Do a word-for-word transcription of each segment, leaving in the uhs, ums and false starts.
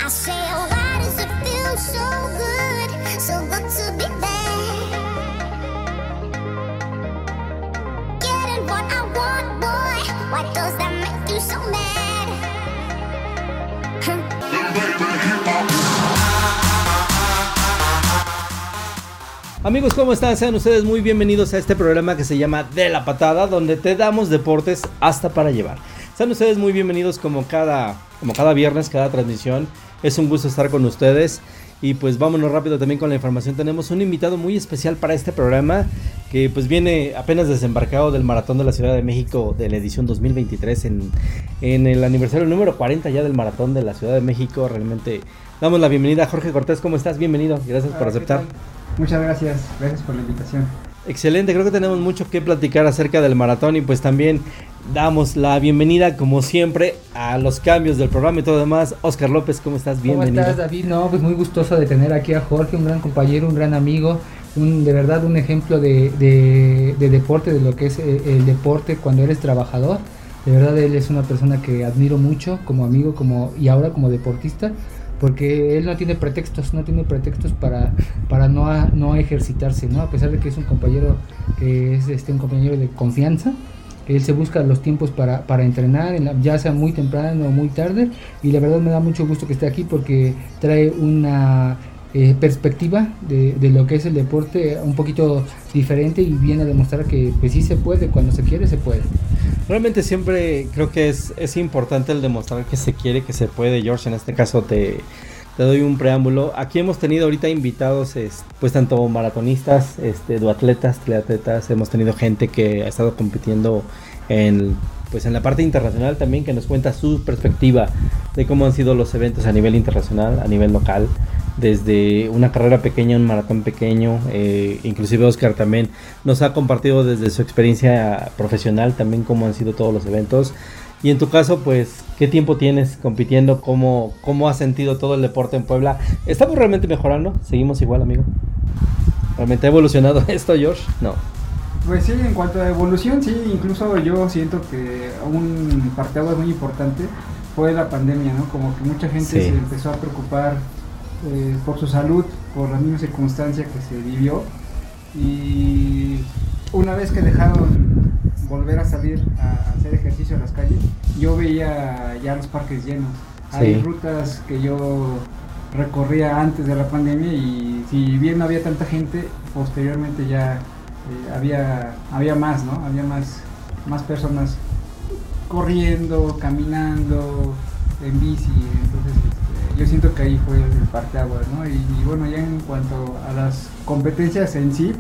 say, oh, why does it feel so good, so good to be there? Getting what I want, boy, why does that make you so mad? Amigos, ¿cómo están? Sean ustedes muy bienvenidos a este programa que se llama De la Patada, donde te damos deportes hasta para llevar. Sean ustedes muy bienvenidos como cada, como cada viernes, cada transmisión. Es un gusto estar con ustedes. Y pues vámonos rápido también con la información. Tenemos un invitado muy especial para este programa, que pues viene apenas desembarcado del Maratón de la Ciudad de México de la edición dos mil veintitrés, en, en el aniversario número cuarenta ya del Maratón de la Ciudad de México. Realmente damos la bienvenida a Jorge Cortés. ¿Cómo estás? Bienvenido, gracias por aceptar. Muchas gracias, gracias por la invitación. Excelente, creo que tenemos mucho que platicar acerca del maratón y pues también damos la bienvenida como siempre a los cambios del programa y todo lo demás. Oscar López, ¿cómo estás? Bienvenido. ¿Cómo estás, David? No, pues muy gustoso de tener aquí a Jorge, un gran compañero, un gran amigo, un de verdad un ejemplo de, de, de deporte, de lo que es el deporte cuando eres trabajador. De verdad él es una persona que admiro mucho como amigo como y ahora como deportista, porque él no tiene pretextos, no tiene pretextos para, para no, a, no ejercitarse, ¿no? A pesar de que es un compañero que es este, un compañero de confianza, él se busca los tiempos para, para entrenar, en la, ya sea muy temprano o muy tarde, y la verdad me da mucho gusto que esté aquí porque trae una eh, perspectiva de, de lo que es el deporte un poquito diferente y viene a demostrar que pues sí se puede, cuando se quiere se puede. Realmente siempre creo que es, es importante el demostrar que se quiere, que se puede. George, en este caso te, te doy un preámbulo. Aquí hemos tenido ahorita invitados, es, pues tanto maratonistas, este, duatletas, triatletas, hemos tenido gente que ha estado compitiendo en, pues en la parte internacional también, que nos cuenta su perspectiva de cómo han sido los eventos a nivel internacional, a nivel local, desde una carrera pequeña, un maratón pequeño. Eh, inclusive Oscar también nos ha compartido desde su experiencia profesional también cómo han sido todos los eventos. Y en tu caso, pues, ¿qué tiempo tienes compitiendo? ¿Cómo, cómo has sentido todo el deporte en Puebla? ¿Estamos realmente mejorando? ¿Seguimos igual, amigo? ¿Realmente ha evolucionado esto, George? No. Pues sí, en cuanto a evolución, sí, incluso yo siento que un parteaguas muy importante fue la pandemia, ¿no? Como que mucha gente sí se empezó a preocupar eh, por su salud, por la misma circunstancia que se vivió, y una vez que dejaron volver a salir a hacer ejercicio en las calles, yo veía ya los parques llenos. Sí. Hay rutas que yo recorría antes de la pandemia y si bien no había tanta gente, posteriormente ya eh, había, había más, ¿no? Había más, más personas corriendo, caminando, en bici. Entonces este, yo siento que ahí fue el parteaguas, ¿no? Y, y bueno, ya en cuanto a las competencias en sí,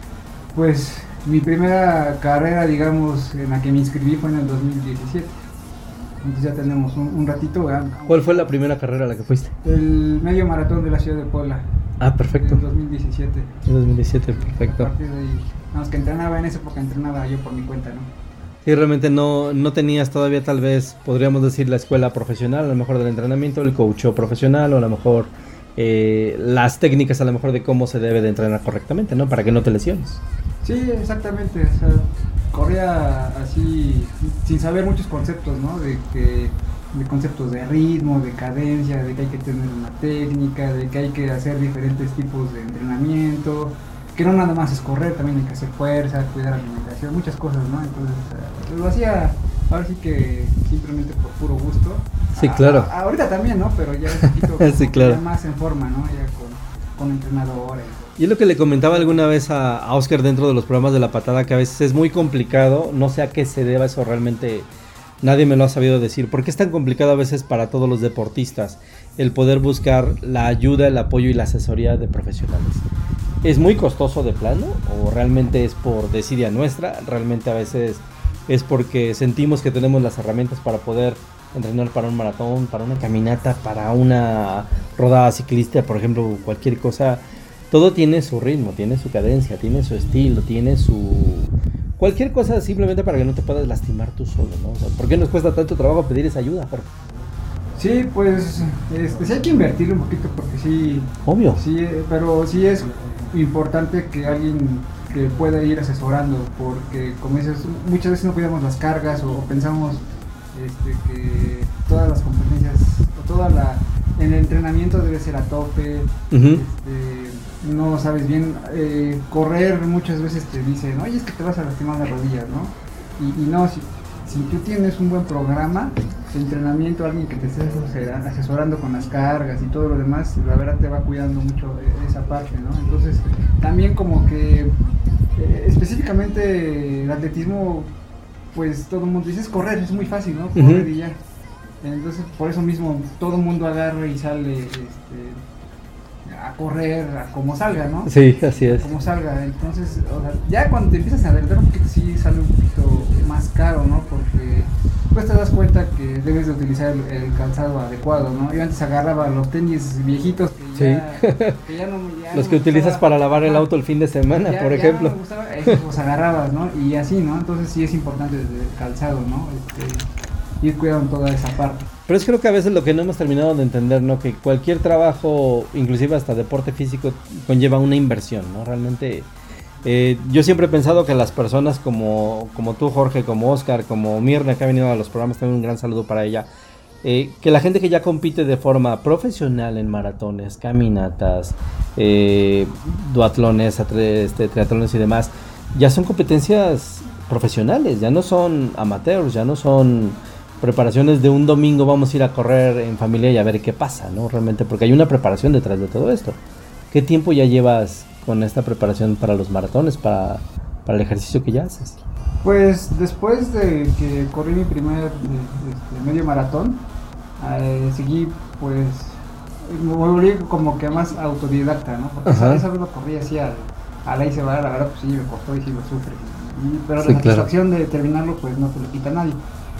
pues mi primera carrera, digamos, en la que me inscribí fue en el dos mil diecisiete. Entonces ya tenemos un, un ratito. ¿verdad? ¿Cuál fue la primera carrera a la que fuiste? El medio maratón de la ciudad de Puebla. Ah, perfecto. En dos mil diecisiete. En dos mil diecisiete, perfecto. A partir de ahí, vamos, que entrenaba en esa época, entrenaba yo por mi cuenta, ¿no? Sí, realmente no, no tenías todavía, tal vez, podríamos decir, la escuela profesional, a lo mejor del entrenamiento, el coacheo profesional, o a lo mejor eh, las técnicas, a lo mejor, de cómo se debe de entrenar correctamente, ¿no? Para que no te lesiones. Sí, exactamente, o sea, corría así sin saber muchos conceptos, ¿no? De que de conceptos de ritmo, de cadencia, de que hay que tener una técnica, de que hay que hacer diferentes tipos de entrenamiento, que no nada más es correr, también hay que hacer fuerza, cuidar la alimentación, muchas cosas, ¿no? Entonces uh, lo hacía ahora sí que simplemente por puro gusto. Sí, claro. A, a, ahorita también, ¿no? Pero ya un poquito sí, claro. ya más en forma, ¿no? Ya con, con entrenadores. Y es lo que le comentaba alguna vez a, a Oscar dentro de los programas de La Patada, que a veces es muy complicado, no sé a qué se deba eso realmente, nadie me lo ha sabido decir. ¿Por qué es tan complicado a veces para todos los deportistas el poder buscar la ayuda, el apoyo y la asesoría de profesionales? ¿Es muy costoso de plano o realmente es por desidia nuestra? Realmente a veces es porque sentimos que tenemos las herramientas para poder entrenar para un maratón, para una caminata, para una rodada ciclista, por ejemplo, cualquier cosa. Todo tiene su ritmo, tiene su cadencia, tiene su estilo, tiene su... cualquier cosa simplemente para que no te puedas lastimar tú solo, ¿no? O sea, ¿por qué nos cuesta tanto trabajo pedir esa ayuda, Jorge? Sí, pues este, sí hay que invertir un poquito porque sí... Obvio. Sí, pero sí es importante que alguien que pueda ir asesorando, porque como dices, muchas veces no cuidamos las cargas o pensamos este, que todas las competencias, o toda la, el entrenamiento debe ser a tope, uh-huh. este, no sabes bien, eh, correr muchas veces te dicen, oye, es que te vas a lastimar las rodillas, ¿no? Y, y no, si, si tú tienes un buen programa de entrenamiento, alguien que te esté asesorando con las cargas y todo lo demás, la verdad te va cuidando mucho esa parte, ¿no? Entonces, también como que eh, específicamente el atletismo, pues todo el mundo dice, es correr, es muy fácil, ¿no? Correr uh-huh. y ya. Entonces, por eso mismo, todo el mundo agarra y sale este, a correr a como salga, ¿no? Sí, así es. Como salga. Entonces, o sea, ya cuando te empiezas a adelantar un poquito, sí sale un poquito más caro, ¿no? Porque pues te das cuenta que debes de utilizar el, el calzado adecuado, ¿no? Yo antes agarraba los tenis viejitos que sí. ya, que ya no ya los no que utilizas gustaba, para lavar el auto el fin de semana, ya, por ya ejemplo. No me gustaba, esos los agarrabas, ¿no? Y así, ¿no? Entonces sí es importante el calzado, ¿no? Este, ir cuidando toda esa parte. Pero es creo que a veces lo que no hemos terminado de entender, ¿no? Que cualquier trabajo, inclusive hasta deporte físico, conlleva una inversión, ¿no? Realmente, eh, yo siempre he pensado que las personas como, como tú, Jorge, como Oscar, como Mirna, que ha venido a los programas, también un gran saludo para ella, eh, que la gente que ya compite de forma profesional en maratones, caminatas, eh, duatlones, este, triatlones y demás, ya son competencias profesionales, ya no son amateurs, ya no son preparaciones de un domingo, vamos a ir a correr en familia y a ver qué pasa, ¿no? Realmente, porque hay una preparación detrás de todo esto. ¿Qué tiempo ya llevas con esta preparación para los maratones, para, para el ejercicio que ya haces? Pues después de que corrí mi primer este, medio maratón, eh, seguí pues, me volví como que más autodidacta, ¿no? Porque esa, esa vez lo corrí así al, al ahí se va, la verdad pues sí me costó y sí lo sufre. Y, pero sí, la satisfacción claro. de terminarlo pues no te lo quita nadie.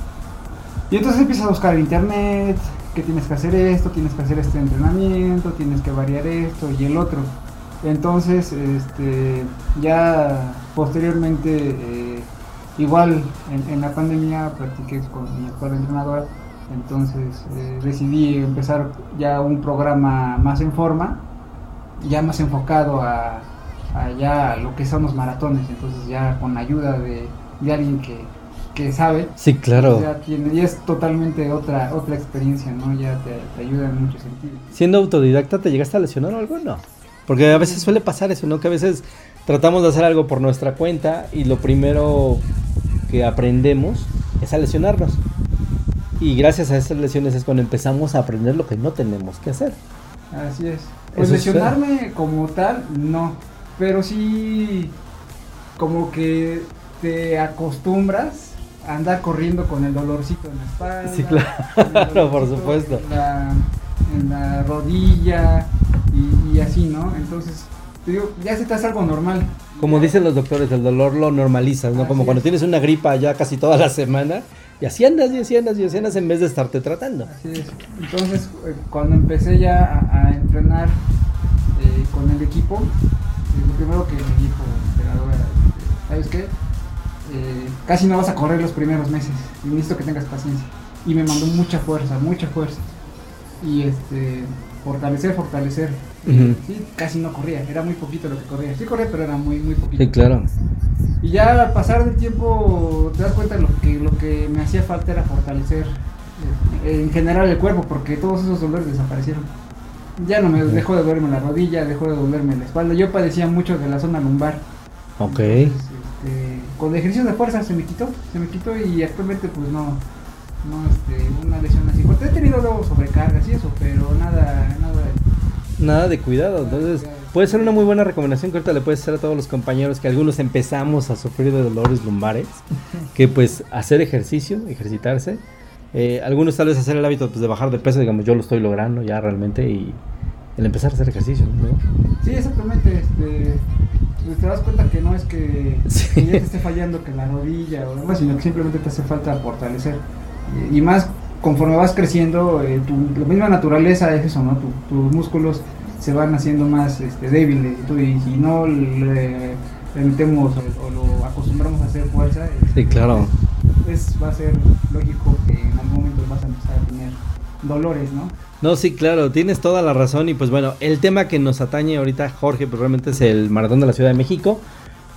Y entonces empiezas a buscar en internet, que tienes que hacer esto, tienes que hacer este entrenamiento, tienes que variar esto y el otro. Entonces, este, ya posteriormente, eh, igual en, en la pandemia practiqué con mi actual entrenador, entonces eh, decidí empezar ya un programa más en forma, ya más enfocado a, a ya lo que son los maratones, entonces ya con la ayuda de, de alguien que... que sabe, sí, claro, ya tiene, y es totalmente otra otra experiencia, ¿no? Ya te, te ayuda en muchos sentidos. Siendo autodidacta, ¿te llegaste a lesionar o algo? No, porque a veces suele pasar eso, ¿no? Que a veces tratamos de hacer algo por nuestra cuenta y lo primero que aprendemos es a lesionarnos. Y gracias a esas lesiones es cuando empezamos a aprender lo que no tenemos que hacer. Así es. Pues eso lesionarme es como tal, no, pero sí como que te acostumbras a andar corriendo con el dolorcito en la espalda. Sí, claro, por supuesto. En la, en la rodilla y, y así, ¿no? Entonces, te digo, ya se te hace algo normal. Como ya dicen los doctores, el dolor lo normalizas, ¿no? Así Como cuando es. Tienes una gripa ya casi toda la semana y así andas y así andas y así andas en vez de estarte tratando. Así es. Entonces, cuando empecé ya a, a entrenar eh, con el equipo, eh, lo primero que me dijo la entrenadora, ¿sabes qué? Eh, casi no vas a correr los primeros meses, necesito que tengas paciencia. Y me mandó mucha fuerza, mucha fuerza. Y este, fortalecer, fortalecer. Uh-huh. Sí, casi no corría, era muy poquito lo que corría. Sí corría, pero era muy, muy poquito. Sí, claro. Y ya al pasar del tiempo te das cuenta de lo que, lo que me hacía falta era fortalecer eh, en general el cuerpo, porque todos esos dolores desaparecieron. Ya no me uh-huh. dejó de dolerme la rodilla, dejó de dolerme la espalda. Yo padecía mucho de la zona lumbar. Ok. Entonces, este, con ejercicios de fuerza se me quitó, se me quitó y actualmente pues no, no este, una lesión así. Porque he tenido luego sobrecargas y eso, pero nada, nada. Nada de cuidado, entonces puede ser una muy buena recomendación que ahorita le puedes hacer a todos los compañeros que algunos empezamos a sufrir de dolores lumbares, que pues hacer ejercicio, ejercitarse, eh, algunos tal vez hacer el hábito pues, de bajar de peso, digamos yo lo estoy logrando ya realmente y el empezar a hacer ejercicio, ¿no? Sí, exactamente, este, pues te das cuenta que no es que, sí. que ya te esté fallando que la rodilla o algo, sino que simplemente te hace falta fortalecer y, y más conforme vas creciendo, eh, tu, la misma naturaleza es eso, ¿no? Tu, tus músculos se van haciendo más este, débiles y, tú, y si no le, le metemos o, o lo acostumbramos a hacer fuerza, sí, claro. Es, es, va a ser lógico que en algún momento vas a empezar a tener dolores, ¿no? No, sí, claro, tienes toda la razón y pues bueno, el tema que nos atañe ahorita, Jorge, pues realmente es el Maratón de la Ciudad de México.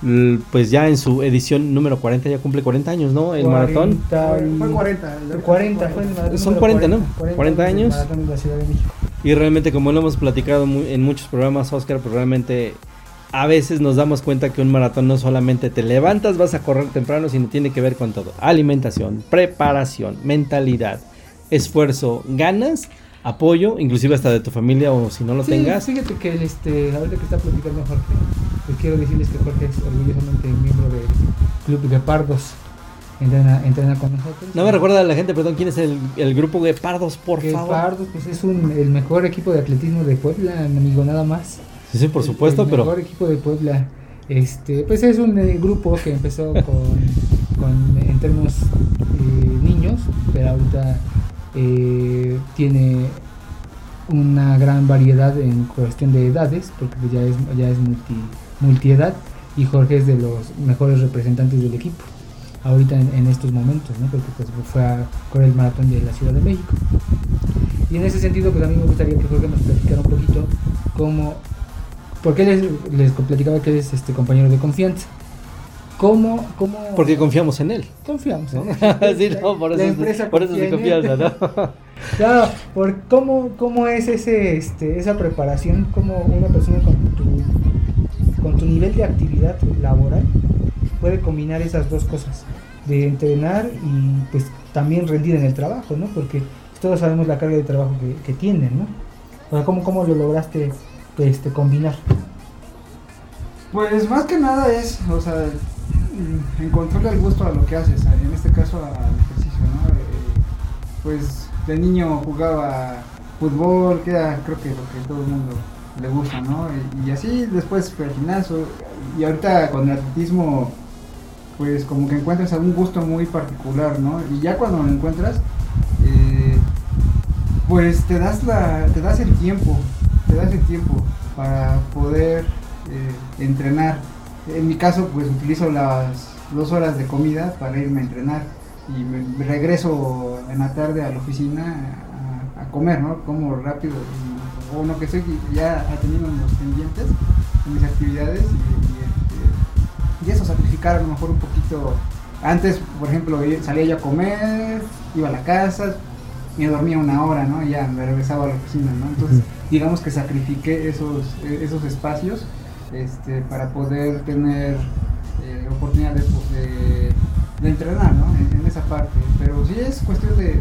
pues ya en su edición número cuarenta, ya cumple cuarenta años, ¿no? El maratón. Y... Fue cuarenta. El cuarenta fue el maratón. Son cuarenta, ¿no? cuarenta, cuarenta años. El maratón de la Ciudad de México. Y realmente, como lo hemos platicado muy, en muchos programas, Oscar, pues realmente a veces nos damos cuenta que un maratón no solamente te levantas, vas a correr temprano, sino tiene que ver con todo. Alimentación, preparación, mentalidad, esfuerzo, ganas, apoyo, inclusive hasta de tu familia o si no lo sí, tengas. Fíjate que este, ahorita que está platicando Jorge, les quiero decirles que Jorge es orgullosamente miembro del Club Guepardos. Entrena, entrena con nosotros. No me recuerda a la gente, perdón, ¿quién es el, el grupo Guepardos, por favor? Guepardos, pues es un, el mejor equipo de atletismo de Puebla, amigo, nada más. Sí, sí, por supuesto, el, el pero... El mejor equipo de Puebla. Este, pues es un eh, grupo que empezó con, con en términos eh, niños, pero ahorita eh, tiene una gran variedad en cuestión de edades, porque pues ya es, ya es multi, multiedad, y Jorge es de los mejores representantes del equipo ahorita en, en estos momentos, ¿no? Porque pues fue a correr el maratón de la Ciudad de México. Y en ese sentido, pues a mí me gustaría que Jorge nos platicara un poquito cómo, porque les, les platicaba que es este compañero de confianza. ¿Cómo, cómo? Porque confiamos en él. Confiamos en él. Sí, no, por eso, la empresa es, por eso se confianza, ¿no? Claro, por cómo, cómo es ese, este, esa preparación, cómo una persona con tu, con tu nivel de actividad laboral puede combinar esas dos cosas, de entrenar y pues también rendir en el trabajo, ¿no? Porque todos sabemos la carga de trabajo que, que tienen, ¿no? O sea, ¿cómo, cómo lo lograste este, combinar? Pues más que nada es, o sea, encontrarle el gusto a lo que haces, en este caso al ejercicio, ¿no? Eh, pues de niño jugaba fútbol, que era creo que lo que todo el mundo le gusta, ¿no? Y, y así después fue al gimnasio, y ahorita con el atletismo pues como que encuentras un gusto muy particular, ¿no? Y ya cuando lo encuentras, eh, pues te das la, te das el tiempo, te das el tiempo para poder eh, entrenar. En mi caso, pues utilizo las dos horas de comida para irme a entrenar y me regreso en la tarde a la oficina a, a comer, ¿no? Como rápido, y, o no que estoy ya teniendo los pendientes en mis actividades y, y, y eso, sacrificar a lo mejor un poquito. Antes, por ejemplo, salía yo a comer, iba a la casa, me dormía una hora, ¿no? Y ya me regresaba a la oficina, ¿no? Entonces, digamos que sacrifiqué esos, esos espacios este, para poder tener eh, oportunidad de, de, de entrenar, ¿no? En, en esa parte. Pero sí es cuestión de,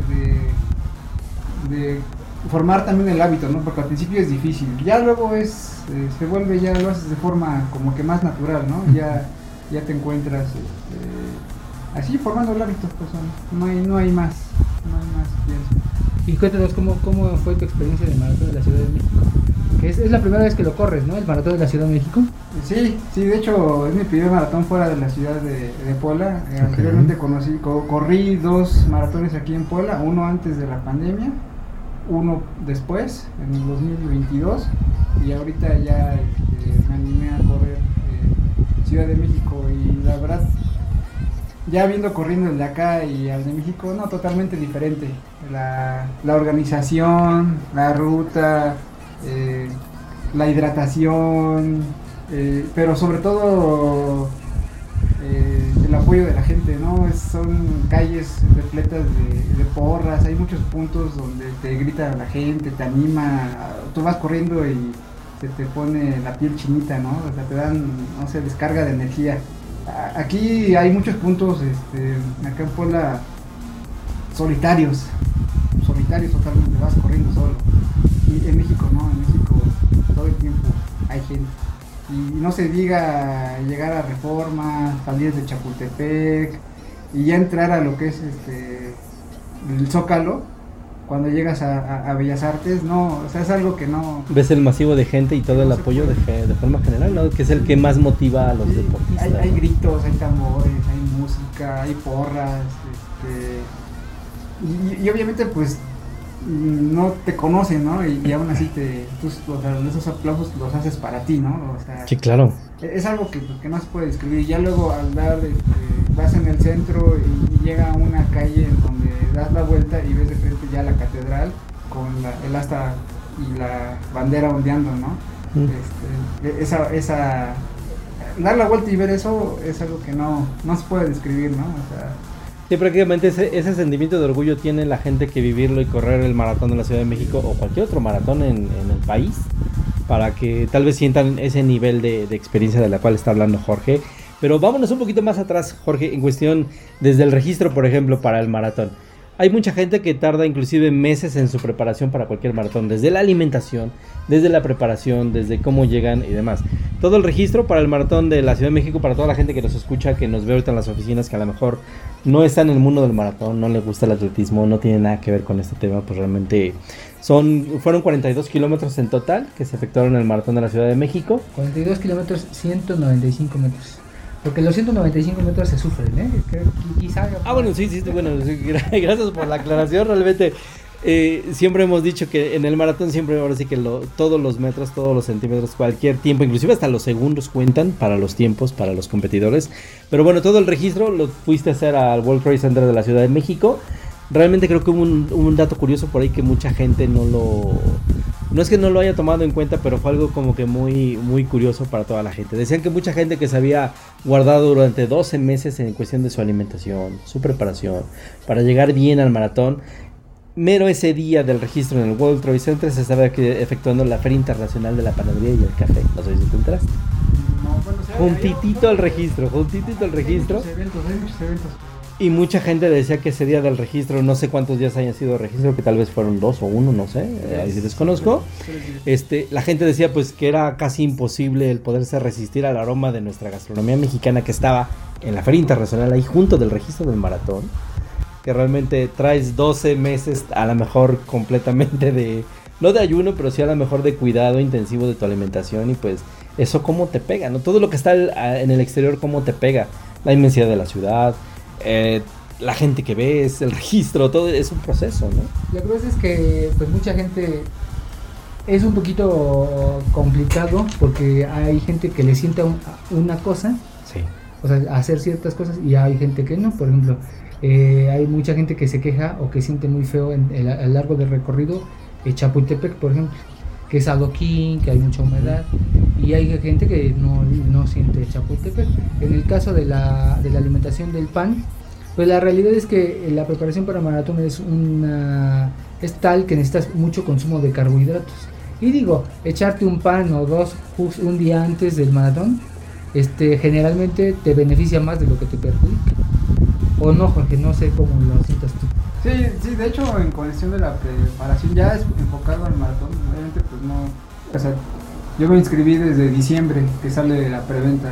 de, de formar también el hábito, ¿no? Porque al principio es difícil. Ya luego es, eh, se vuelve, ya lo haces de forma como que más natural, ¿no? Ya, ya te encuentras este, así formando el hábito, pues no hay, no hay más, no hay más, pienso. Y cuéntanos cómo, cómo fue tu experiencia de maratón de la Ciudad de México. Que es, es la primera vez que lo corres, ¿no? El maratón de la Ciudad de México. Sí, sí, de hecho es mi primer maratón fuera de la ciudad de, de Puebla. Eh, okay. Anteriormente conocí, co corrí dos maratones aquí en Puebla, uno antes de la pandemia, uno después, en el dos mil veintidós, y ahorita ya este, me animé a correr eh, Ciudad de México, y la verdad, ya viendo corriendo el de acá y al de México, no, totalmente diferente. La, la organización, la ruta, eh, la hidratación, eh, pero sobre todo eh, el apoyo de la gente, ¿no? Es, son calles repletas de, de porras, hay muchos puntos donde te grita la gente, te anima, tú vas corriendo y se te pone la piel chinita, ¿no? O sea, te dan, no sé, descarga de energía. Aquí hay muchos puntos, este, acá en Puebla, solitarios, solitarios totalmente, vas corriendo solo. Y en México no, en México todo el tiempo hay gente. Y no se diga llegar a Reforma, salir de Chapultepec y ya entrar a lo que es este el Zócalo. Cuando llegas a, a, a Bellas Artes, no, o sea, es algo que no... Ves el masivo de gente y todo el apoyo de, de forma general, ¿no? Que es el que más motiva a los sí, deportistas. Hay, hay ¿no? gritos, hay tambores, hay música, hay porras, este, y, y obviamente pues no te conocen, ¿no? Y, y aún así te, tú, o sea, esos aplausos los haces para ti, ¿no? O sea, sí, claro. Es algo que, que no se puede describir. Ya luego al dar, este, vas en el centro y, y llega a una calle en donde das la vuelta y ves de frente ya la catedral con la, el asta y la bandera ondeando, ¿no? Mm. Este, esa, esa, dar la vuelta y ver eso es algo que no, no se puede describir, ¿no? O sea, sí, prácticamente ese, ese sentimiento de orgullo tiene la gente que vivirlo y correr el maratón de la Ciudad de México o cualquier otro maratón en, en el país, para que tal vez sientan ese nivel de, de experiencia de la cual está hablando Jorge. Pero vámonos un poquito más atrás, Jorge, en cuestión desde el registro, por ejemplo, para el maratón. Hay mucha gente que tarda inclusive meses en su preparación para cualquier maratón, desde la alimentación, desde la preparación, desde cómo llegan y demás. Todo el registro para el maratón de la Ciudad de México, para toda la gente que nos escucha, que nos ve ahorita en las oficinas, que a lo mejor no está en el mundo del maratón, no le gusta el atletismo, no tiene nada que ver con este tema, pues realmente son fueron cuarenta y dos kilómetros en total que se efectuaron en el maratón de la Ciudad de México. cuarenta y dos kilómetros, ciento noventa y cinco metros. Porque los ciento noventa y cinco metros se sufren, ¿eh? Creo que quizá... Ah, bueno, sí, sí, bueno, sí, gracias por la aclaración. Realmente eh, siempre hemos dicho que en el maratón siempre, ahora sí que lo, todos los metros, todos los centímetros, cualquier tiempo, inclusive hasta los segundos cuentan para los tiempos, para los competidores. Pero bueno, todo el registro lo fuiste a hacer al World Trade Center de la Ciudad de México. Realmente creo que hubo un, un dato curioso por ahí que mucha gente no lo... No es que no lo haya tomado en cuenta, pero fue algo como que muy, muy curioso para toda la gente. Decían que mucha gente que se había guardado durante doce meses en cuestión de su alimentación, su preparación, para llegar bien al maratón, mero ese día del registro en el World Trade Center se estaba efectuando la Feria Internacional de la Panadería y el Café. No sé si te enteraste. no, bueno, o sea, Juntitito al registro, juntitito al registro. Hay muchos eventos, hay muchos eventos. Y mucha gente decía que ese día del registro, no sé cuántos días hayan sido registro, que tal vez fueron dos o uno, no sé, eh, ahí sí desconozco. Este, la gente decía pues que era casi imposible el poderse resistir al aroma de nuestra gastronomía mexicana que estaba en la Feria Internacional ahí junto del registro del maratón. Que realmente traes doce meses a lo mejor completamente de, no de ayuno, pero sí a lo mejor de cuidado intensivo de tu alimentación y pues eso cómo te pega, ¿no? Todo lo que está en el exterior cómo te pega, la inmensidad de la ciudad. Eh, la gente que ves, el registro, todo es un proceso, ¿no? La cosa es que pues mucha gente es un poquito complicado porque hay gente que le sienta un, una cosa, sí, o sea, hacer ciertas cosas y hay gente que no. Por ejemplo, eh, hay mucha gente que se queja o que siente muy feo en, en, a lo largo del recorrido eh, Chapultepec, por ejemplo, que es adoquín, que hay mucha humedad, y hay gente que no, no siente Chapultepec. En el caso de la, de la alimentación del pan, pues la realidad es que la preparación para maratón es una es tal que necesitas mucho consumo de carbohidratos. Y digo, echarte un pan o dos un día antes del maratón, este generalmente te beneficia más de lo que te perjudica. O no, Jorge, no sé cómo lo sientas tú. Sí, sí, de hecho en cuestión de la preparación ya es enfocado al maratón, obviamente pues no, o sea, yo me inscribí desde diciembre que sale la preventa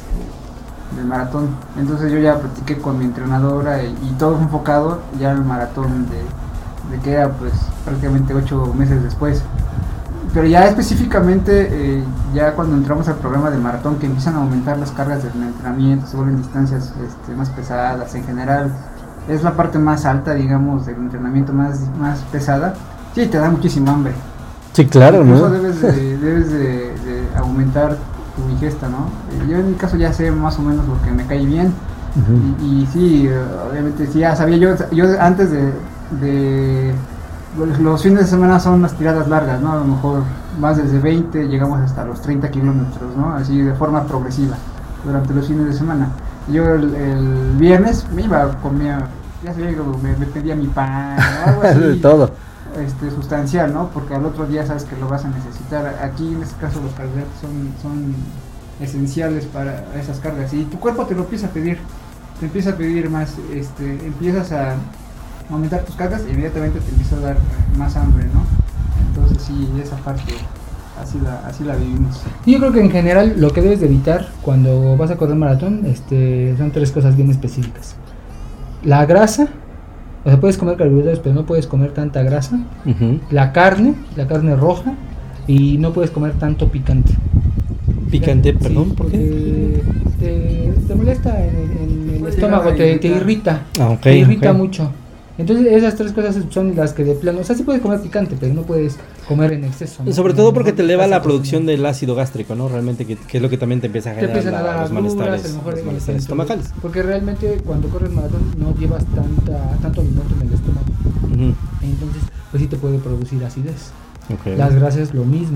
este, del maratón, entonces yo ya platiqué con mi entrenadora y, y todo fue enfocado ya al maratón de, de que era pues prácticamente ocho meses después, pero ya específicamente eh, ya cuando entramos al programa del maratón que empiezan a aumentar las cargas del entrenamiento, se vuelven distancias este, más pesadas en general. Es la parte más alta, digamos, del entrenamiento más, más pesada. Sí, te da muchísima hambre. Sí, claro, Incluso ¿no? debes, de, debes de, de aumentar tu ingesta, ¿no? Yo en mi caso ya sé más o menos lo que me cae bien. Uh-huh. y, y sí, obviamente sí, ya sabía yo, yo antes de, de... Los fines de semana son las tiradas largas, ¿no? A lo mejor más desde veinte, llegamos hasta los treinta kilómetros, ¿no? Así de forma progresiva durante los fines de semana. Yo el, el viernes me iba, comía, ya sabía que me, me pedía mi pan o algo así. De todo. Este, sustancial, ¿no? Porque al otro día sabes que lo vas a necesitar. Aquí en este caso los carbohidratos son, son esenciales para esas cargas. Y tu cuerpo te lo empieza a pedir. Te empieza a pedir más, este, empiezas a aumentar tus cargas y inmediatamente te empieza a dar más hambre, ¿no? Entonces sí, esa parte... Así la, así la vivimos. Yo creo que en general lo que debes de evitar cuando vas a correr maratón este, son tres cosas bien específicas. La grasa, o sea, puedes comer carbohidratos, pero no puedes comer tanta grasa. Uh-huh. La carne, la carne roja, y no puedes comer tanto picante. Picante, perdón, sí, ¿por qué? Te, te molesta en el, en el estómago, te, te irrita, ah, okay, te irrita okay. mucho. Entonces esas tres cosas son las que de plano, o sea, sí puedes comer picante, pero no puedes comer en exceso, ¿no? Sobre todo porque no, te eleva la cosas, producción ¿no? del ácido gástrico, ¿no? Realmente, que, que es lo que también te empieza a generar te a la, dar los malestares, los malestares estomacales. Porque realmente cuando corres maratón no llevas tanta, tanto alimento en el estómago. Uh-huh. Entonces, pues sí te puede producir acidez. Okay. Las grasas lo mismo.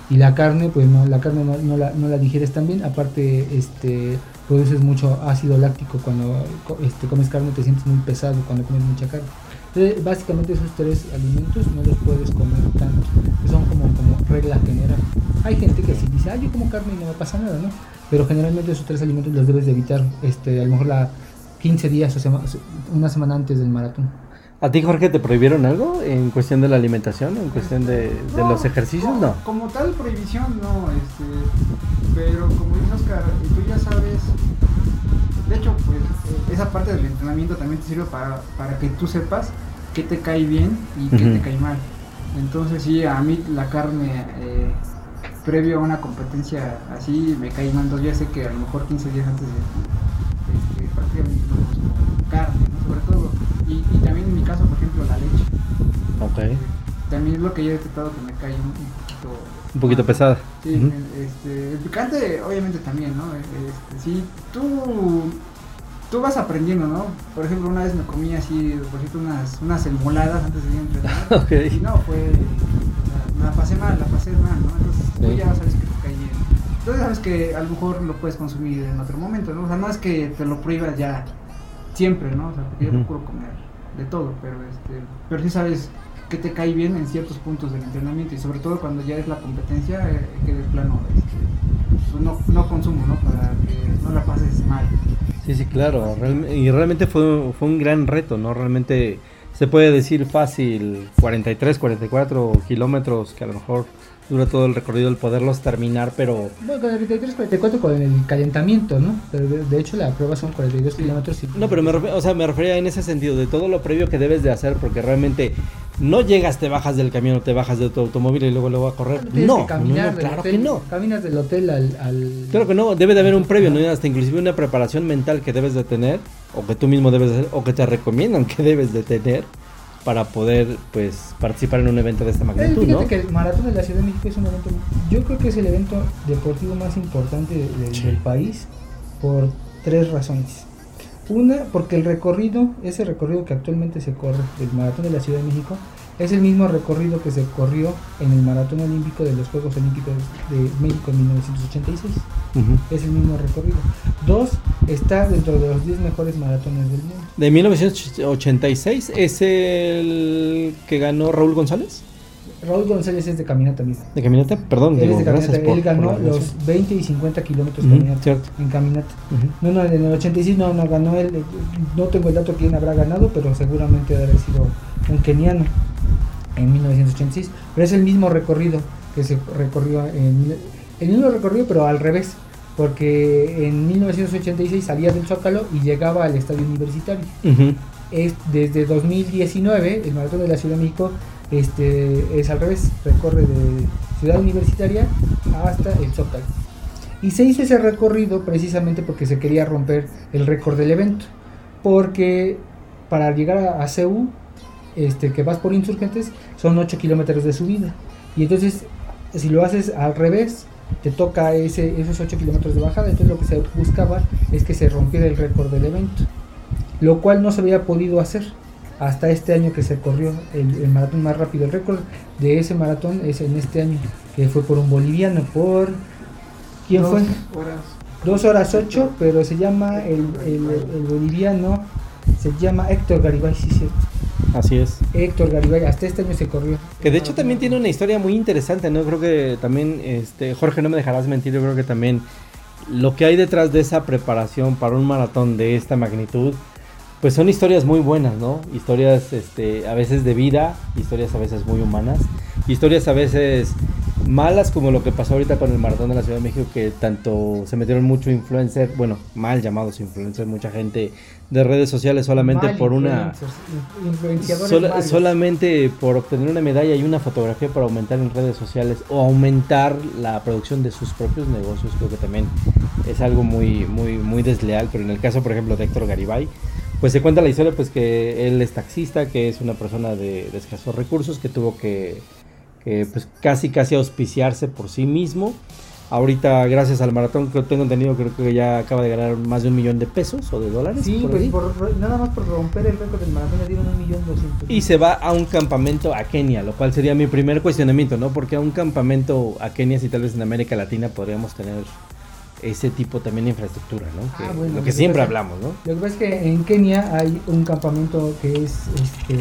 y la carne, pues no, la carne no, no, la, no la digieres tan bien, aparte este, produces mucho ácido láctico cuando este, comes carne, te sientes muy pesado cuando comes mucha carne. Entonces, básicamente esos tres alimentos no los puedes comer tanto, que son como, como regla general. Hay gente que sí dice, ah, yo como carne y no me pasa nada, ¿no? Pero generalmente esos tres alimentos los debes de evitar, este, a lo mejor la quince días o sema, una semana antes del maratón. ¿A ti, Jorge, te prohibieron algo en cuestión de la alimentación, en cuestión de, de no, los ejercicios? Como, no. Como tal prohibición, no, este, pero como dice Oscar, tú ya sabes, de hecho, pues esa parte del entrenamiento también te sirve para, para que tú sepas qué te cae bien y qué uh-huh. te cae mal. Entonces sí, a mí la carne eh, previo a una competencia así me cae mal, entonces ya sé que a lo mejor quince días antes de este, prácticamente no consumo carne, ¿no? Sobre todo. Y, y también en mi caso, por ejemplo, la leche. Ok. También es lo que yo he detectado que me cae un, un poquito... Un poquito pesada. Sí, uh-huh. este, el picante obviamente también, ¿no? Este, si tú, tú vas aprendiendo, ¿no? Por ejemplo, una vez me comí así, por ejemplo, unas, unas enmoladas antes de ir a entrenar. Okay. Y no, fue... O sea, la pasé mal, la pasé mal, ¿no? Entonces sí. Tú ya sabes que te cae bien. Entonces sabes que a lo mejor lo puedes consumir en otro momento, ¿no? O sea, no es que te lo prohíbas ya siempre, ¿no? O sea, porque uh-huh. yo procuro comer de todo, pero este, pero sí sabes que te cae bien en ciertos puntos del entrenamiento y sobre todo cuando ya es la competencia, eh, que de plano este, pues no, no consumo, ¿no? Para que no la pases mal. Sí, sí, claro, Real, y realmente fue, fue un gran reto, ¿no? Realmente se puede decir fácil cuarenta y tres, cuarenta y cuatro kilómetros que a lo mejor dura todo el recorrido el poderlos terminar, pero... Bueno, cuarenta y tres, cuarenta y cuatro con el calentamiento, ¿no? Pero de, de hecho la prueba son cuarenta y dos sí. kilómetros. Y... No, pero me, refer, o sea, me refería en ese sentido, de todo lo previo que debes de hacer, porque realmente no llegas, te bajas del camión o te bajas de tu automóvil y luego luego a correr. No, no, caminar no, no claro hotel, que no. Caminas del hotel al, al... Claro que no, debe de haber un previo, ¿no? Hasta inclusive una preparación mental que debes de tener, o que tú mismo debes de hacer, o que te recomiendan que debes de tener, para poder pues participar en un evento de esta magnitud, fíjate ¿no? que el Maratón de la Ciudad de México es un evento, yo creo que es el evento deportivo más importante de, de, sí. del país por tres razones. Una, porque el recorrido, ese recorrido que actualmente se corre del Maratón de la Ciudad de México, es el mismo recorrido que se corrió en el Maratón Olímpico de los Juegos Olímpicos de México en mil novecientos ochenta y seis. Uh-huh. Es el mismo recorrido. Dos, está dentro de los diez mejores maratones del mundo. ¿De mil novecientos ochenta y seis es el que ganó Raúl González? Raúl González es de caminata mismo. ¿De caminata? Perdón, él digo, es de caminata. gracias por, él ganó por los veinte y cincuenta kilómetros uh-huh, caminata, cierto. en caminata. Uh-huh. No, no, en el ochenta y seis no, no ganó él. No tengo el dato quién habrá ganado, pero seguramente debe haber sido un keniano en mil novecientos ochenta y seis. Pero es el mismo recorrido que se recorrió en el mismo recorrido, pero al revés. Porque en mil novecientos ochenta y seis salía del Zócalo y llegaba al Estadio Universitario. Uh-huh. Es, desde dos mil diecinueve, el Maratón de la Ciudad de México este, es al revés, recorre de Ciudad Universitaria hasta el Zócalo. Y se hizo ese recorrido precisamente porque se quería romper el récord del evento. Porque para llegar a, a C U, este, que vas por Insurgentes, son ocho kilómetros de subida. Y entonces, si lo haces al revés, te toca ese, esos ocho kilómetros de bajada. Entonces lo que se buscaba es que se rompiera el récord del evento, lo cual no se había podido hacer hasta este año que se corrió el, el maratón más rápido. El récord de ese maratón es en este año, que fue por un boliviano, por... ¿quién Dos fue? Horas. Dos horas ocho, pero se llama el, el, el boliviano, se llama Héctor Garibay, sí, cierto. Así es. Héctor Garibay, hasta este año se corrió. Que de hecho también tiene una historia muy interesante, ¿no? Creo que también, este, Jorge, no me dejarás mentir, yo creo que también lo que hay detrás de esa preparación para un maratón de esta magnitud, pues son historias muy buenas, ¿no? Historias, este, a veces de vida, historias a veces muy humanas, historias a veces malas, como lo que pasó ahorita con el maratón de la Ciudad de México, que tanto se metieron mucho influencer, bueno, mal llamados influencers, mucha gente de redes sociales solamente mal por una sola, solamente por obtener una medalla y una fotografía para aumentar en redes sociales o aumentar la producción de sus propios negocios. Creo que también es algo muy muy muy desleal. Pero en el caso, por ejemplo, de Héctor Garibay, pues se cuenta la historia, pues que él es taxista, que es una persona de, de escasos recursos, que tuvo que, que pues casi casi auspiciarse por sí mismo Ahorita, gracias al maratón que tengo entendido, creo que ya acaba de ganar más de un millón de pesos o de dólares. Sí, por pues ahí. por, nada más por romper el récord del maratón le dieron un millón doscientos. Y se va a un campamento a Kenia, lo cual sería mi primer cuestionamiento, ¿no? Porque a un campamento a Kenia, si tal vez en América Latina podríamos tener ese tipo también de infraestructura, ¿no? Que, Ah, bueno, lo lo que que siempre pasa- hablamos, ¿no? Lo que pasa es que en Kenia hay un campamento que es, este,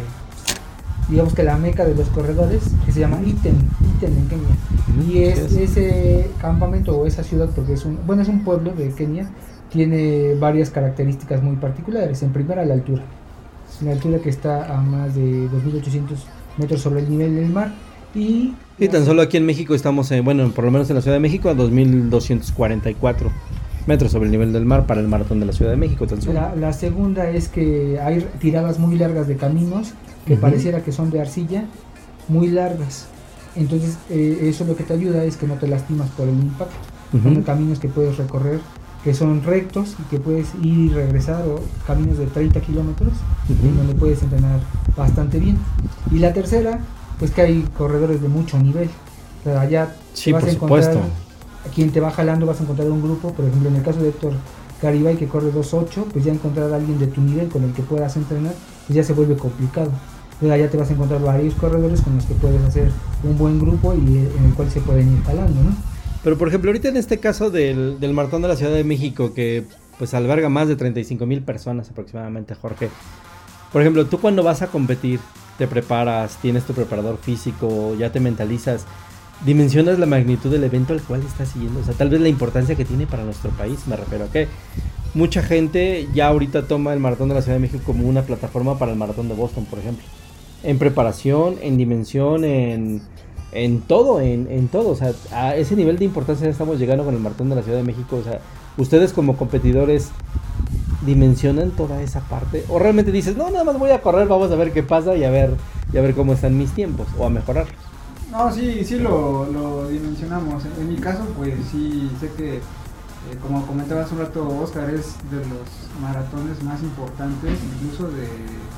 digamos que la meca de los corredores, que se llama Iten, Iten en Kenia. Y es, Sí, es. ese campamento o esa ciudad, porque es un, bueno, es un pueblo de Kenia, tiene varias características muy particulares. En primera, la altura. La altura que está a más de dos mil ochocientos metros sobre el nivel del mar. Y, Y tan solo aquí en México estamos, en, bueno, por lo menos en la Ciudad de México, a dos mil doscientos cuarenta y cuatro metros sobre el nivel del mar para el maratón de la Ciudad de México, tan solo. La, la segunda es que hay tiradas muy largas de caminos que Ujú. pareciera que son de arcilla, muy largas. Entonces, eh, eso lo que te ayuda es que no te lastimas por el impacto. Ujú. Son caminos que puedes recorrer, que son rectos y que puedes ir y regresar, o caminos de treinta kilómetros, Ujú. en donde puedes entrenar bastante bien. Y la tercera, pues que hay corredores de mucho nivel. O sea, allá Sí, te vas por a encontrar, supuesto. a quien te va jalando vas a encontrar un grupo, por ejemplo en el caso de Héctor Garibay, que corre dos ocho, pues ya encontrar a alguien de tu nivel con el que puedas entrenar, pues ya se vuelve complicado. Entonces allá te vas a encontrar varios corredores con los que puedes hacer un buen grupo y eh, en el cual se pueden ir jalando, ¿no? Pero por ejemplo, ahorita en este caso del, del maratón de la Ciudad de México, que pues alberga más de treinta y cinco mil personas aproximadamente, Jorge. Por ejemplo, tú cuando vas a competir, te preparas, tienes tu preparador físico, ya te mentalizas, dimensionas la magnitud del evento al cual estás siguiendo. O sea, tal vez la importancia que tiene para nuestro país, me refiero a que mucha gente ya ahorita toma el maratón de la Ciudad de México como una plataforma para el maratón de Boston, por ejemplo. En preparación, en dimensión, en, en todo, en, en todo. O sea, a ese nivel de importancia estamos llegando con el maratón de la Ciudad de México. O sea, ustedes como competidores dimensionan toda esa parte, o realmente dices, no, nada más voy a correr, vamos a ver qué pasa y a ver, y a ver cómo están mis tiempos, o a mejorarlos. No, sí, sí lo, lo dimensionamos. En mi caso, pues sí, sé que, eh, como comentaba hace un rato Oscar, es de los maratones más importantes, incluso de,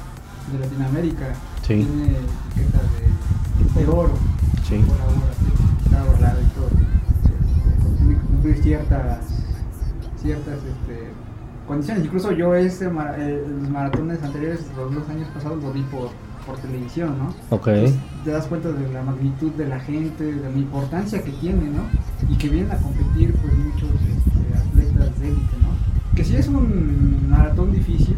de Latinoamérica. Sí. Tiene etiqueta de, de oro. Sí. Por ahora, sí, está avalado y todo. Eh, Tiene que cumplir ciertas, ciertas este, condiciones. Incluso yo este mara- eh, los maratones anteriores, los dos años pasados, lo vi por, por televisión, ¿no? Ok. Entonces, te das cuenta de la magnitud de la gente, de la importancia que tiene, ¿no? Y que vienen a competir pues muchos este, atletas de élite, ¿no? Que sí es un maratón difícil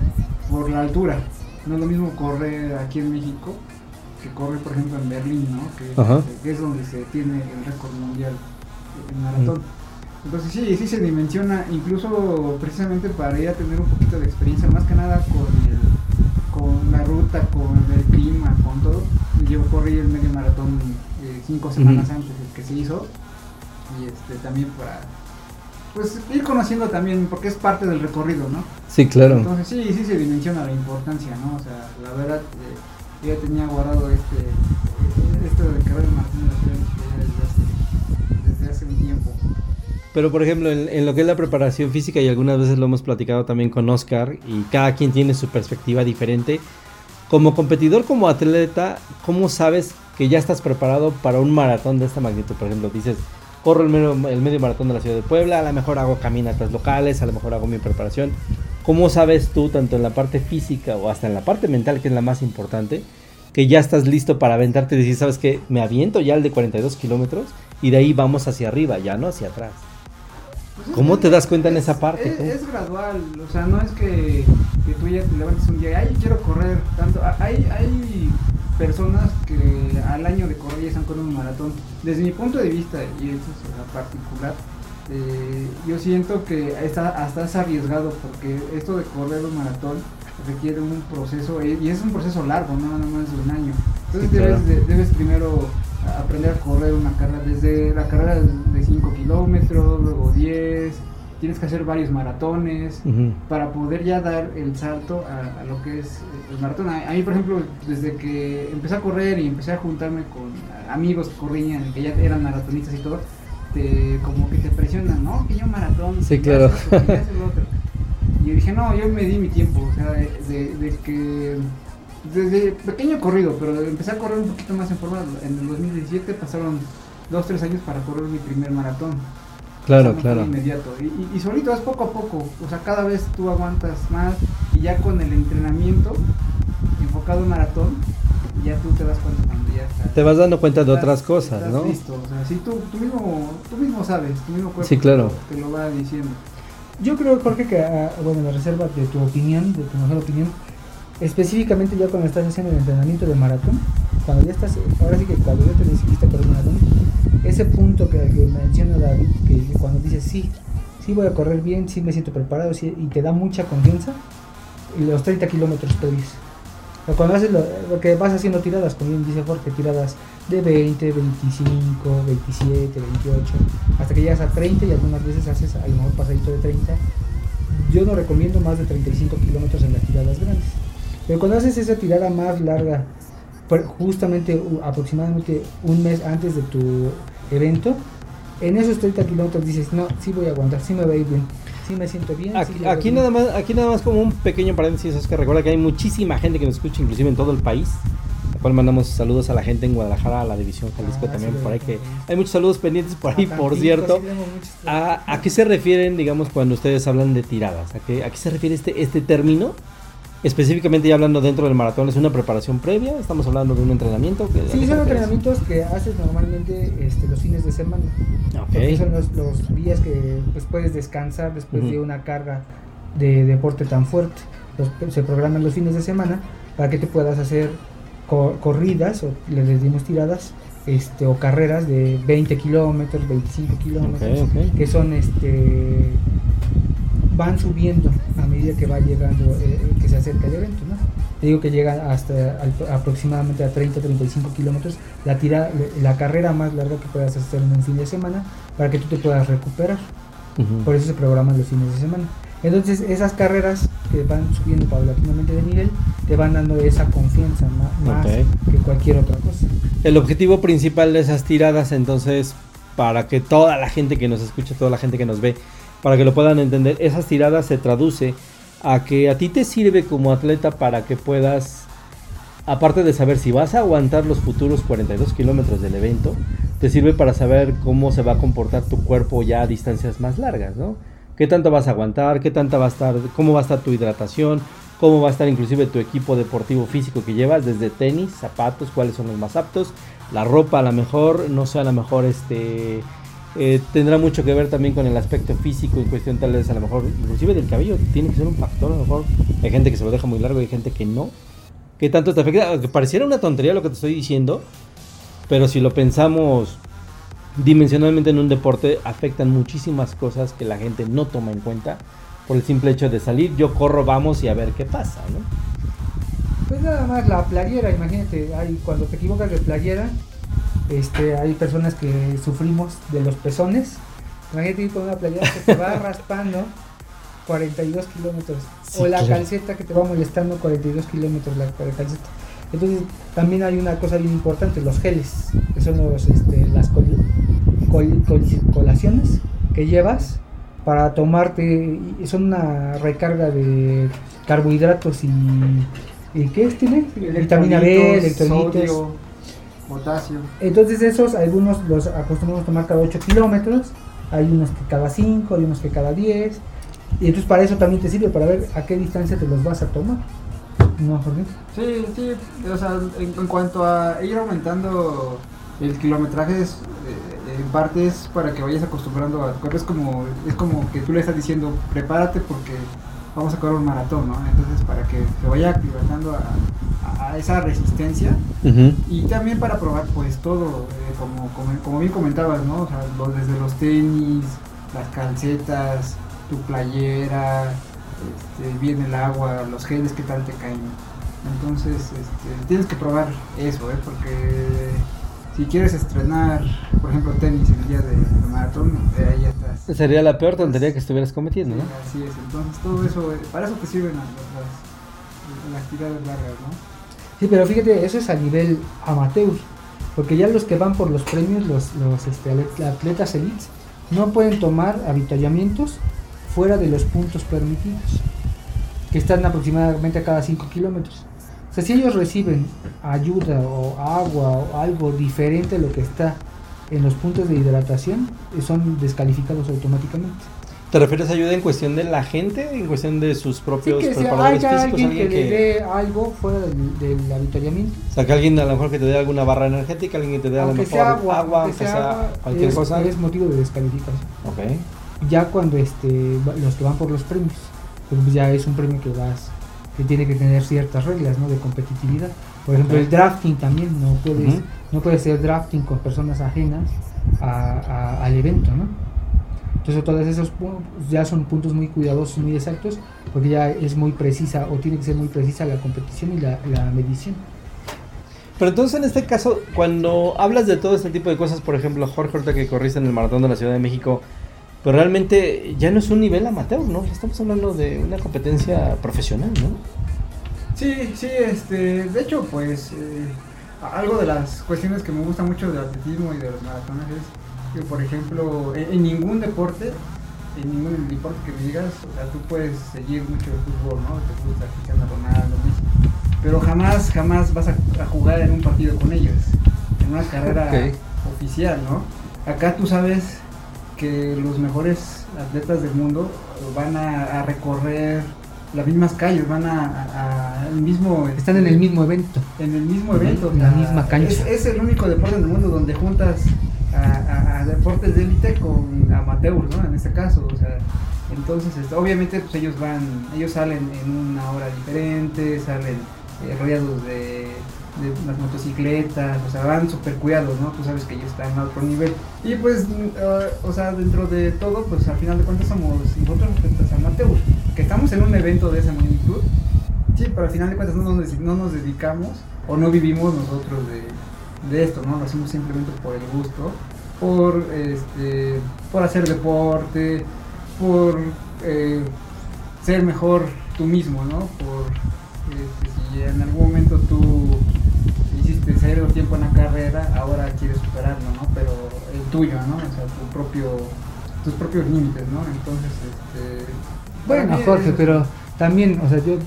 por la altura. No es lo mismo correr aquí en México que correr, por ejemplo, en Berlín, ¿no? Que, Ajá. que es donde se tiene el récord mundial en maratón. Entonces sí, sí se dimensiona, incluso precisamente para ir a tener un poquito de experiencia, más que nada con el, con la ruta, con el clima, con todo. Yo corrí el medio maratón eh, cinco semanas Ujú. antes del que se hizo, y este también para pues ir conociendo también, porque es parte del recorrido, ¿no? Sí, claro. Entonces sí, sí se dimensiona la importancia, ¿no? O sea, la verdad, eh, yo ya tenía guardado este, eh, esto de carrera de maratón de la Ciudad de México ya desde hace, desde hace un tiempo. Pero por ejemplo, en, en lo que es la preparación física, y algunas veces lo hemos platicado también con Oscar, y cada quien tiene su perspectiva diferente. Como competidor, como atleta, ¿cómo sabes que ya estás preparado para un maratón de esta magnitud? Por ejemplo, dices, corro el medio, el medio maratón de la Ciudad de Puebla, a lo mejor hago caminatas locales, a lo mejor hago mi preparación. ¿Cómo sabes tú, tanto en la parte física o hasta en la parte mental, que es la más importante, que ya estás listo para aventarte y decir, ¿sabes qué? Me aviento ya el de cuarenta y dos kilómetros y de ahí vamos hacia arriba, ya no hacia atrás. Pues es ¿Cómo que te das cuenta en es- esa parte, Es, tú? es gradual, o sea, no es que, que tú ya te levantes un día, ay, quiero correr tanto. A- Hay, hay personas que al año de correr ya están corriendo un maratón. Desde mi punto de vista, y eso es la particular, eh, yo siento que está, hasta es arriesgado, porque esto de correr un maratón requiere un proceso, y y es un proceso largo, no nada más de un año. Entonces Sí, claro. debes, de- debes primero aprender a correr una carrera, desde la carrera de cinco kilómetros, luego diez, tienes que hacer varios maratones Ujú. para poder ya dar el salto a, a lo que es el maratón. A, a mí, por ejemplo, desde que empecé a correr y empecé a juntarme con amigos que corrían, que ya eran maratonistas y todo, te, como que te presionan, ¿no? Que yo maratón, Sí, que ya claro. haces esto, que ya haces lo otro. Y yo dije, no, yo me di mi tiempo, o sea, de, de, de que desde pequeño he corrido, pero empecé a correr un poquito más en forma. En el dos mil diecisiete pasaron dos, tres años para correr mi primer maratón. Claro, O sea, no claro. fue inmediato. Y, y, y solito es poco a poco. O sea, cada vez tú aguantas más y ya con el entrenamiento enfocado en maratón, ya tú te das cuenta cuando ya estás. Te vas dando cuenta de estás- otras cosas, estás ¿no? Listo. O sea, si tú, tú, mismo, tú mismo sabes, tu mismo cuerpo Sí, claro. te, lo, te lo va diciendo. Yo creo, Jorge, que, ah, bueno, la reserva de tu opinión, de tu mejor opinión, específicamente ya cuando estás haciendo el entrenamiento de maratón, cuando ya estás, ahora sí que cuando ya te decidiste correr maratón, ese punto que, que menciona David, que, que cuando dices, sí, sí voy a correr bien, sí me siento preparado, sí, y te da mucha confianza, y los treinta kilómetros previos. O sea, cuando haces lo, lo que vas haciendo tiradas, como bien dice Jorge, tiradas de veinte, veinticinco, veintisiete, veintiocho, hasta que llegas a treinta y algunas veces haces a lo mejor pasadito de treinta. Yo no recomiendo más de treinta y cinco kilómetros en las tiradas grandes. Pero cuando haces esa tirada más larga, por- justamente uh, aproximadamente un mes antes de tu evento, en esos treinta kilómetros dices, no, sí voy a aguantar, sí me va a ir bien, sí me siento bien. Aquí, sí llego aquí bien". nada más, aquí nada más como un pequeño paréntesis, es que recuerda que hay muchísima gente que nos escucha, inclusive en todo el país. Al cual mandamos saludos a la gente en Guadalajara, a la división Jalisco Ah, también, sí, por ahí sí, que sí. hay muchos saludos pendientes por ahí, A por Tampico, cierto. sí tenemos muchos- ¿A, a qué se refieren, digamos, cuando ustedes hablan de tiradas? ¿A qué, a qué se refiere este, este término? Específicamente ya hablando dentro del maratón, ¿es una preparación previa? ¿Estamos hablando de un entrenamiento? ¿Qué- a qué Sí, se son refiere? entrenamientos que haces normalmente este, los fines de semana. Porque Ok. son los, los días que pues, puedes descansar después Ujú. de una carga de deporte tan fuerte. Los- se programan los fines de semana para que te puedas hacer co- corridas, o les decimos tiradas, este, o carreras de veinte kilómetros, veinticinco kilómetros, Ok, ok. que son este van subiendo a medida que va llegando, eh, que se acerca el evento, ¿no? Te digo que llega hasta al- aproximadamente a treinta a treinta y cinco kilómetros, la, tira, la carrera más larga que puedas hacer en un fin de semana para que tú te puedas recuperar. Ujú. Por eso se programan los fines de semana. Entonces esas carreras que van subiendo paulatinamente de nivel te van dando esa confianza ma- más Ok. que cualquier otra cosa. El objetivo principal de esas tiradas, entonces, para que toda la gente que nos escucha, toda la gente que nos ve, para que lo puedan entender, esas tiradas se traduce a que a ti te sirve como atleta para que puedas, aparte de saber si vas a aguantar los futuros cuarenta y dos kilómetros del evento, te sirve para saber cómo se va a comportar tu cuerpo ya a distancias más largas, ¿no? ¿Qué tanto vas a aguantar? ¿Qué tanta va a estar? ¿Cómo va a estar tu hidratación? ¿Cómo va a estar inclusive tu equipo deportivo físico que llevas? Desde tenis, zapatos, cuáles son los más aptos. La ropa a lo mejor, no sé, a lo mejor este... Eh, tendrá mucho que ver también con el aspecto físico en cuestión tal vez a lo mejor inclusive del cabello tiene que ser un factor. A lo mejor hay gente que se lo deja muy largo y hay gente que no. ¿Qué tanto te afecta? Que pareciera una tontería lo que te estoy diciendo, pero si lo pensamos dimensionalmente en un deporte, afectan muchísimas cosas que la gente no toma en cuenta por el simple hecho de salir, yo corro, vamos y a ver qué pasa, ¿no? Pues nada más la playera, imagínate, hay, cuando te equivocas de playera, este, hay personas que sufrimos de los pezones. Imagínate ir con una playera que te va raspando cuarenta y dos kilómetros, Sí, o la claro. calceta que te va molestando cuarenta y dos kilómetros la, la calceta. Entonces también hay una cosa bien importante, los geles, que son los, este, las col, col- col- colaciones que llevas para tomarte, y son una recarga de carbohidratos y, ¿y qué es? Tiene vitamina B, electrolitos. sodio, potasio. Entonces esos algunos los acostumbramos a tomar cada ocho kilómetros, hay unos que cada cinco, hay unos que cada diez, y entonces para eso también te sirve, para ver a qué distancia te los vas a tomar. ¿No, Jorge? Sí, sí, o sea, en, en cuanto a ir aumentando el kilometraje, es, eh, en parte es para que vayas acostumbrando a tu cuerpo. Es como, es como que tú le estás diciendo, prepárate porque vamos a correr un maratón, ¿no? Entonces, para que se vaya aclimatando a, a, a esa resistencia. Uh-huh. Y también para probar pues todo, eh, como, como, como bien comentabas, ¿no? O sea, lo- desde los tenis, las calcetas, tu playera, este, bien el agua, los geles que tal te caen. Entonces este, tienes que probar eso, ¿eh? Porque si quieres estrenar, por ejemplo, tenis el día de, de maratón, eh, ahí ya estás. Sería la peor tontería que estuvieras cometiendo, Sí, ¿no? así es, entonces todo eso, eh, para eso te sirven las, las, las tiradas largas, ¿no? Sí, pero fíjate, eso es a nivel amateur, porque ya los que van por los premios, los, los este, atletas elites, no pueden tomar avituallamientos fuera de los puntos permitidos, que están aproximadamente a cada cinco kilómetros. O sea, si ellos reciben ayuda o agua o algo diferente a lo que está en los puntos de hidratación eh, son descalificados automáticamente. ¿Te refieres a ayuda en cuestión de la gente, en cuestión de sus propios Sí, que si preparadores haya físicos? alguien que, Alguien le que, dé algo fuera del, del avituallamiento. o sea, que alguien a lo mejor que te dé alguna barra energética, alguien que te dé a lo Aunque mejor sea agua, agua, aunque aunque sea sea agua, cualquier es, cosa. es motivo de descalificación. Ok. Ya cuando este va- los que van por los premios, pues ya es un premio que vas que tiene que tener ciertas reglas, ¿no? De competitividad. Por ejemplo, Ok. el drafting también no puedes Ujú. no puedes hacer drafting con personas ajenas a, a- al evento, ¿no? Entonces todos esos pu- ya son puntos muy cuidadosos, muy exactos, porque ya es muy precisa o tiene que ser muy precisa la competición y la, la medición. Pero entonces en este caso, cuando hablas de todo este tipo de cosas, por ejemplo, Jorge, ahorita que corriste en el Maratón de la Ciudad de México, pero realmente ya no es un nivel amateur, ¿no? Estamos hablando de una competencia profesional, ¿no? Sí, sí, este, de hecho, pues, eh, algo de las cuestiones que me gusta mucho del atletismo y de los maratones es que, por ejemplo, en, en ningún deporte, en ningún deporte que me digas, o sea, tú puedes seguir mucho el fútbol, ¿no? Te gusta Cristiano Ronaldo, Messi, pero jamás, jamás vas a, a jugar en un partido con ellos, en una carrera Ok. oficial, ¿no? Acá tú sabes que los mejores atletas del mundo van a, a recorrer las mismas calles, van a, a- a el mismo Están en el mismo evento. en el mismo Ujú, evento, en la misma cancha. Es, es el único deporte en el mundo donde juntas a, a- a deportes de élite con amateurs, ¿no? En este caso, o sea, entonces este, obviamente pues ellos van, ellos salen en una hora diferente, salen eh, rodeados de, de las motocicletas, o sea, van súper cuidados, ¿no? Tú sabes que ellos están a otro nivel. Y pues, uh, o sea, dentro de todo, pues al final de cuentas somos nosotros atletas amateurs, que estamos en un evento de esa magnitud, sí, pero al final de cuentas no nos, no nos dedicamos o no vivimos nosotros de, de esto, ¿no? Lo hacemos simplemente por el gusto, por, este, por hacer deporte, por eh, ser mejor tú mismo, ¿no? Por, este, si en algún momento tú hiciste cero tiempo en la carrera, ahora quieres superarlo, ¿no? Pero el tuyo, ¿no? O sea, tu propio, tus propios límites, ¿no? Entonces, este... Bueno, para mí Jorge, es- pero también, o sea, yo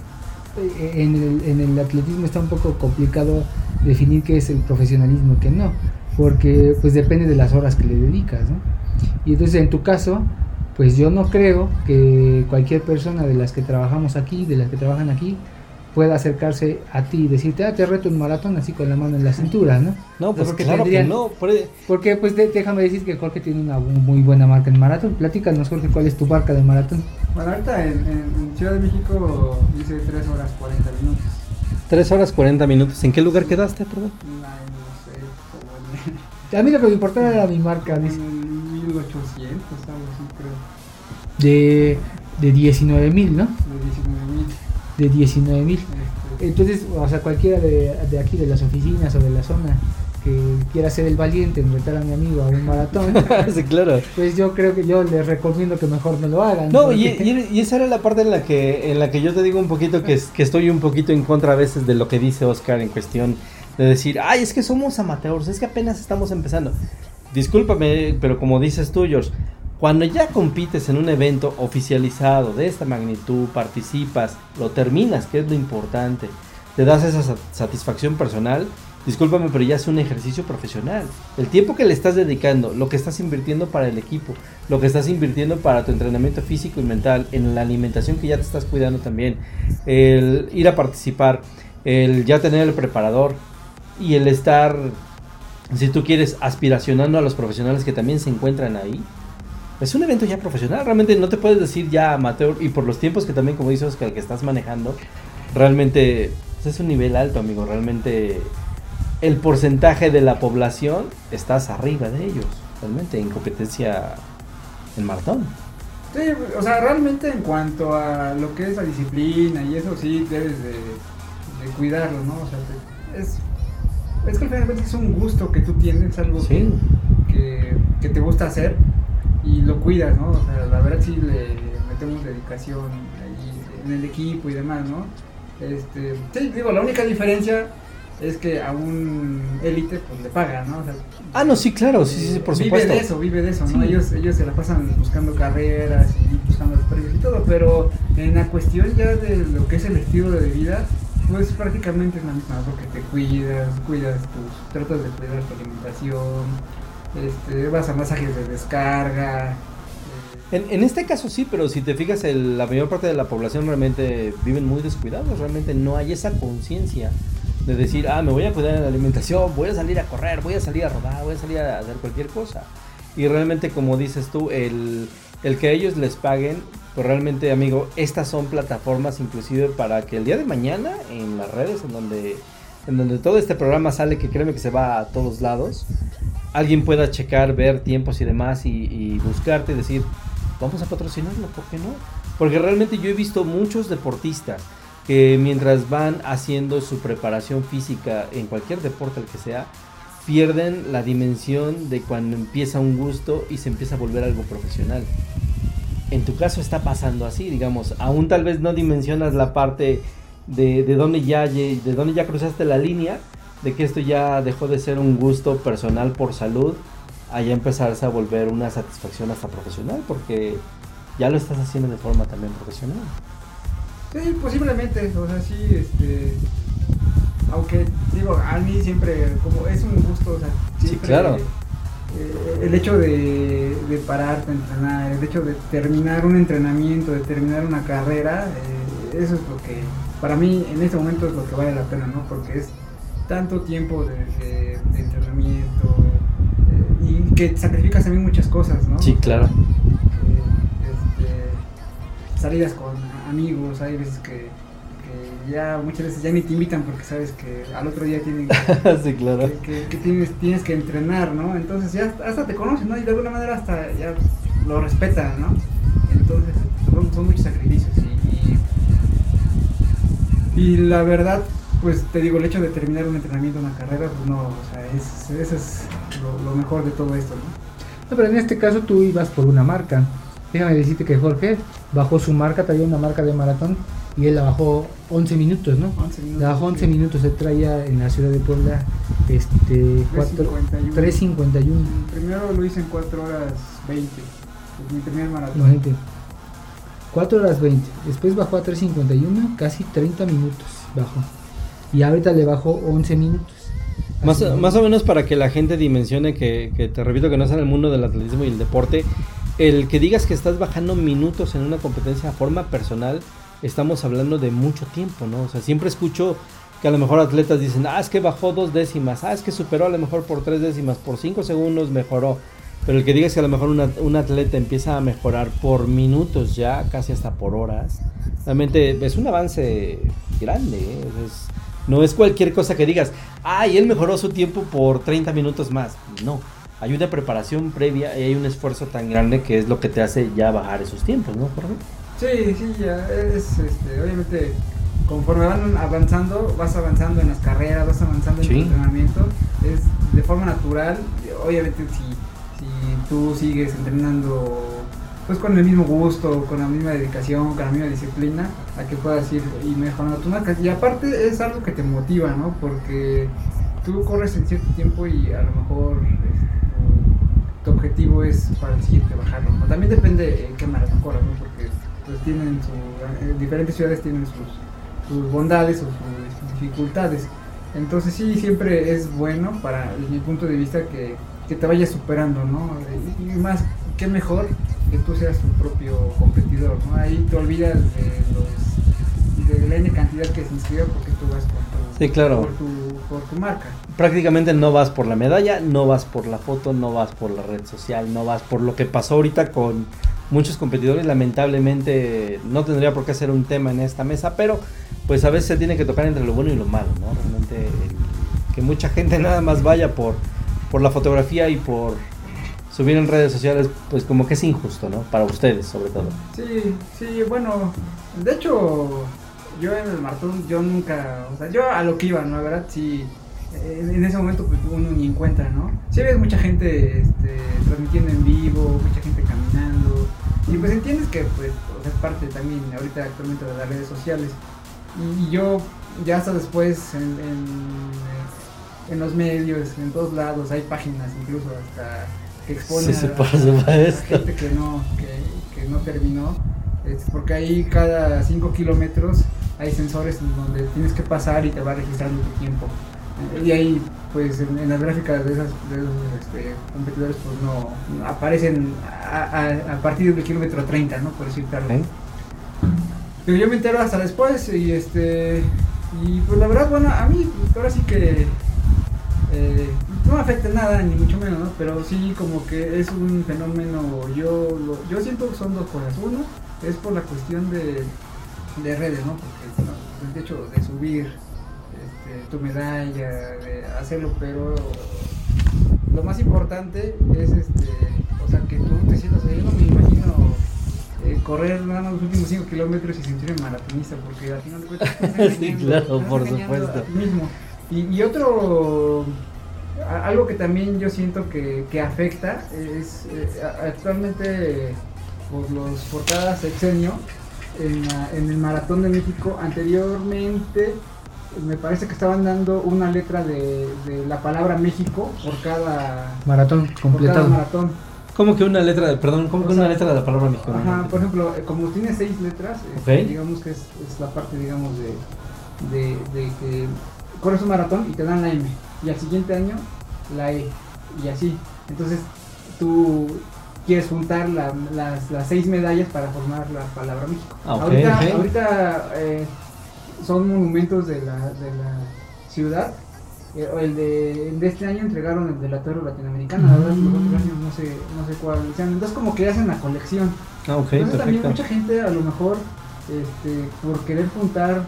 eh, en el, en el atletismo está un poco complicado definir qué es el profesionalismo y qué no, porque pues depende de las horas que le dedicas, ¿no? Y entonces en tu caso, pues yo no creo que cualquier persona de las que trabajamos aquí, de las que trabajan aquí, pueda acercarse a ti y decirte, ah, te reto un maratón así con la mano en la cintura, ¿no? No, pues Porque claro tendrían- que no. por- Porque pues de- déjame decir que Jorge tiene una muy buena marca en maratón. Platícanos, Jorge, ¿cuál es tu marca de maratón? Bueno, ahorita en, en Ciudad de México hice tres horas cuarenta minutos. tres horas cuarenta minutos. ¿En qué lugar quedaste, perdón? Ay, no sé, como A mí lo que me importaba era mi en, marca, como dice, en mil ochocientos, algo así creo, de, de diecinueve mil, ¿no? de diecinueve mil. De diecinueve mil. Este, Entonces, o sea, cualquiera de, de aquí, de las oficinas o de la zona, que quiera ser el valiente en retar a mi amigo a un maratón, Sí, claro. pues yo creo que yo les recomiendo que mejor no lo hagan. No, y, porque- y- y esa era la parte en la que en la que yo te digo un poquito que, es- que estoy un poquito en contra a veces de lo que dice Oscar en cuestión de decir, ay, es que somos amateurs, es que apenas estamos empezando. Discúlpame, pero como dices tú, George, cuando ya compites en un evento oficializado de esta magnitud, participas, lo terminas, que es lo importante, te das esa sa- satisfacción personal, discúlpame, pero ya es un ejercicio profesional. El tiempo que le estás dedicando, lo que estás invirtiendo para el equipo, lo que estás invirtiendo para tu entrenamiento físico y mental, en la alimentación que ya te estás cuidando también, el ir a participar, el ya tener el preparador y el estar, si tú quieres, aspiracionando a los profesionales que también se encuentran ahí. Es un evento ya profesional, realmente no te puedes decir ya amateur, y por los tiempos que también, como dices, Oscar, que estás manejando, realmente pues, es un nivel alto, amigo, realmente el porcentaje de la población estás arriba de ellos, realmente en competencia en maratón. sí, o sea, realmente en cuanto a lo que es la disciplina y eso sí debes de, de cuidarlo, ¿no? O sea, te- es, es que al final de cuentas es un gusto que tú tienes, algo Sí. que, que, que te gusta hacer y lo cuidas, ¿no? O sea, la verdad sí le metemos dedicación ahí en el equipo y demás, ¿no? Este, sí, digo, la única diferencia es que a un élite pues le pagan, ¿no? O sea, Ah, no, sí, claro, sí, sí, sí, por vive supuesto. de eso, vive de eso, ¿no? Sí. Ellos, ellos se la pasan buscando carreras y buscando los premios y todo, pero en la cuestión ya de lo que es el estilo de vida, pues prácticamente es la misma, porque te cuidas, cuidas tus, tratas de cuidar tu alimentación, este, vas a masajes de descarga. En, en este caso sí, pero si te fijas, el, la mayor parte de la población realmente viven muy descuidados, realmente no hay esa conciencia de decir, ah, me voy a cuidar en la alimentación, voy a salir a correr, voy a salir a rodar, voy a salir a hacer cualquier cosa. Y realmente, como dices tú, el, el que ellos les paguen, pues realmente, amigo, estas son plataformas inclusive para que el día de mañana en las redes, en donde, en donde todo este programa sale, que créeme que se va a todos lados, alguien pueda checar, ver tiempos y demás y, y buscarte y decir, vamos a patrocinarlo, ¿por qué no? Porque realmente yo he visto muchos deportistas que mientras van haciendo su preparación física en cualquier deporte el que sea, pierden la dimensión de cuando empieza un gusto y se empieza a volver algo profesional. En tu caso está pasando así, digamos, aún tal vez no dimensionas la parte de, de donde ya de donde ya cruzaste la línea, de que esto ya dejó de ser un gusto personal por salud, a ya empezarse a volver una satisfacción hasta profesional, porque ya lo estás haciendo de forma también profesional. Sí, posiblemente, o sea, sí, este, aunque digo, a mí siempre, como es un gusto, o sea, siempre, sí, claro. Eh, el hecho de, de pararte a entrenar, el hecho de terminar un entrenamiento, de terminar una carrera, eh, eso es lo que, para mí, en este momento es lo que vale la pena, ¿no? Porque es tanto tiempo de, de, de entrenamiento, y que sacrificas también muchas cosas, ¿no? Sí, claro. Eh, este, salidas con amigos, hay veces que, que ya muchas veces ya ni te invitan porque sabes que al otro día tienen que, sí, claro. que, que, que tienes, tienes que entrenar, ¿no? Entonces ya hasta te conocen, ¿no? Y de alguna manera hasta ya lo respetan, ¿no? Entonces son, son muchos sacrificios y, y, y la verdad, pues te digo, el hecho de terminar un entrenamiento, una carrera, pues no, o sea, es, eso es lo, lo mejor de todo esto, ¿no? No, pero en este caso tú ibas por una marca. Déjame decirte que Jorge bajó su marca, traía una marca de maratón y él la bajó once minutos, ¿no? once minutos. La bajó once minutos, él traía en la ciudad de Puebla este, tres cincuenta y uno. Primero lo hice en cuatro horas veinte, pues mi primer maratón. Imagínate, cuatro horas veinte, después bajó a tres cincuenta y uno, casi treinta minutos bajó. Y ahorita le bajó once minutos. Más, más o menos para que la gente dimensione que, que te repito que no es en el mundo del atletismo y el deporte, el que digas que estás bajando minutos en una competencia a forma personal, estamos hablando de mucho tiempo, ¿no? O sea, siempre escucho que a lo mejor atletas dicen, ah, es que bajó dos décimas, ah, es que superó a lo mejor por tres décimas, por cinco segundos mejoró. Pero el que digas que a lo mejor una, un atleta empieza a mejorar por minutos ya, casi hasta por horas, realmente es un avance grande, ¿eh? Es, no es cualquier cosa que digas, ah, y él mejoró su tiempo por treinta minutos más. No, hay una preparación previa y hay un esfuerzo tan grande que es lo que te hace ya bajar esos tiempos, ¿no, Jorge? Sí, sí, ya es, este, obviamente, conforme van avanzando, vas avanzando en las carreras, vas avanzando en sí. tu entrenamiento, es de forma natural. Obviamente, si, si tú sigues entrenando pues con el mismo gusto, con la misma dedicación, con la misma disciplina, a que puedas ir y mejorando tu marca. Y aparte es algo que te motiva, ¿no? Porque tú corres en cierto tiempo y a lo mejor es, tu, tu objetivo es para el siguiente bajarlo, ¿no? También depende en qué maratón corras, ¿no? Porque pues tienen su, en diferentes ciudades tienen sus, sus bondades o sus dificultades. Entonces sí, siempre es bueno para, desde mi punto de vista, que, que te vayas superando, ¿no? Y, y más, qué mejor que tú seas tu propio competidor, ¿no? Ahí te olvidas de los de la N cantidad que se inscribió porque tú vas por tu, sí, claro. por tu, por tu marca. Prácticamente no vas por la medalla, no vas por la foto, no vas por la red social, no vas por lo que pasó ahorita con muchos competidores. Lamentablemente no tendría por qué ser un tema en esta mesa, pero pues a veces se tiene que tocar entre lo bueno y lo malo, ¿no? Realmente que mucha gente nada más vaya por, por la fotografía y por subir en redes sociales, pues como que es injusto, ¿no? Para ustedes, sobre todo. Sí, sí, bueno, de hecho, yo en el maratón, yo nunca, o sea, yo a lo que iba, ¿no? La verdad, sí, en ese momento pues uno ni encuentra, ¿no? Sí ves mucha gente este, transmitiendo en vivo, mucha gente caminando, y pues entiendes que, pues, o sea, es parte también ahorita actualmente de las redes sociales, y, y yo ya hasta después en, en, en los medios, en todos lados, hay páginas incluso hasta que expone sí, a, a, a gente que no, que, que no terminó, es porque ahí cada cinco kilómetros hay sensores en donde tienes que pasar y te va registrando tu tiempo. Eh, y ahí, pues en, en las gráficas de, esas, de esos este, competidores, pues no, no aparecen a, a, a partir del kilómetro treinta, ¿no? Por decirte algo. ¿Eh? Pero yo me entero hasta después y este y pues la verdad, bueno, a mí ahora sí que eh, no me afecta nada, ni mucho menos, ¿no? Pero sí como que es un fenómeno, yo lo, yo siento que son dos cosas. Uno es por la cuestión de, de redes, ¿no? Porque no, el hecho de subir este, tu medalla, de hacerlo, pero lo más importante es este, o sea, que tú te sientas, yo no me imagino Eh, correr nada más los últimos cinco kilómetros y sentirme maratonista, porque al final de cuentas sí, claro, por supuesto. Mismo. Y, y otro, a, algo que también yo siento que, que afecta es eh, actualmente por los por cada sexenio en, la, en el Maratón de México. Anteriormente me parece que estaban dando una letra de, de la palabra México por cada maratón completado. Por cada maratón. ¿Cómo que una letra de, perdón, cómo que una letra de la palabra México? Ajá, por ejemplo, como tiene seis letras, okay. este, digamos que es, es la parte, digamos, de, de, de que corres un maratón y te dan la M, y al siguiente año la E, y así. Entonces tú quieres juntar la, las, las seis medallas para formar la palabra México. Ah, okay, ahorita okay. ahorita eh, son monumentos de la, de la ciudad. El de, de este año entregaron el de la Torre Latinoamericana, la verdad, los otros años no sé, no sé cuál sean. Entonces como que hacen la colección. Ah, ok, entonces perfecto. También mucha gente a lo mejor este, por querer juntar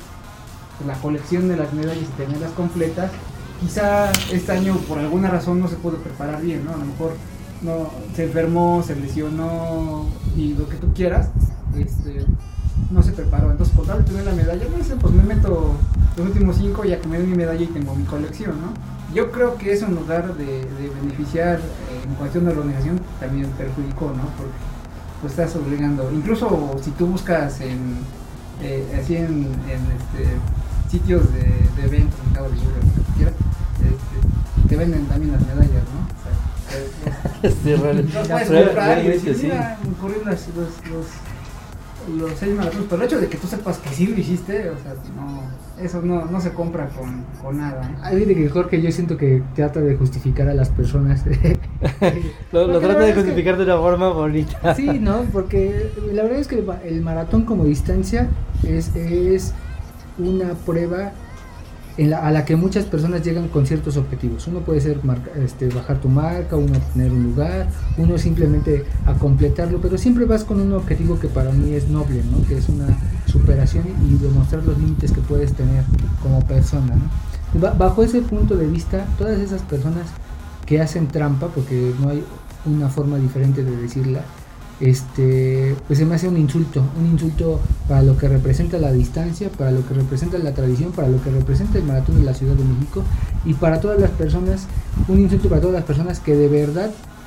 la colección de las medallas y tenerlas completas, quizá este año por alguna razón no se pudo preparar bien, ¿no? A lo mejor no se enfermó, se lesionó y lo que tú quieras, este, no se preparó. Entonces por tal de tener la medalla, pues, pues me meto los últimos cinco ya que me doy mi medalla y tengo mi colección, ¿no? Yo creo que eso en lugar de, de beneficiar eh, en cuestión de organización también perjudicó, ¿no? Porque pues estás obligando, incluso si tú buscas en eh, así en, en este, sitios de, de eventos, en Mercado Libre, lo que tú quieras, este, te venden también las medallas, ¿no? O sea, sí, realmente, no puedes real, comprar y realmente decir, sí. mira, corrí los, los, los los seis maratones, pero el hecho de que tú sepas que sí lo hiciste, o sea, no, eso no, no se compra con, con nada, ¿eh? Hay de que Jorge, yo siento que trata de justificar a las personas. lo, lo trata de justificar que... de una forma bonita. Sí, no, porque la verdad es que el, el maratón como distancia es, es una prueba en la, a la que muchas personas llegan con ciertos objetivos. Uno puede ser marca, este, bajar tu marca, uno tener un lugar, uno simplemente a completarlo, pero siempre vas con un objetivo que para mí es noble, ¿no? Que es una superación y demostrar los límites que puedes tener como persona, ¿no? Ba- bajo ese punto de vista, todas esas personas que hacen trampa, porque no hay una forma diferente de decirla, este, pues se me hace un insulto, un insulto para lo que representa la distancia, para lo que representa la tradición, para lo que representa el maratón de la Ciudad de México y para todas las personas, un insulto para todas las personas que de verdad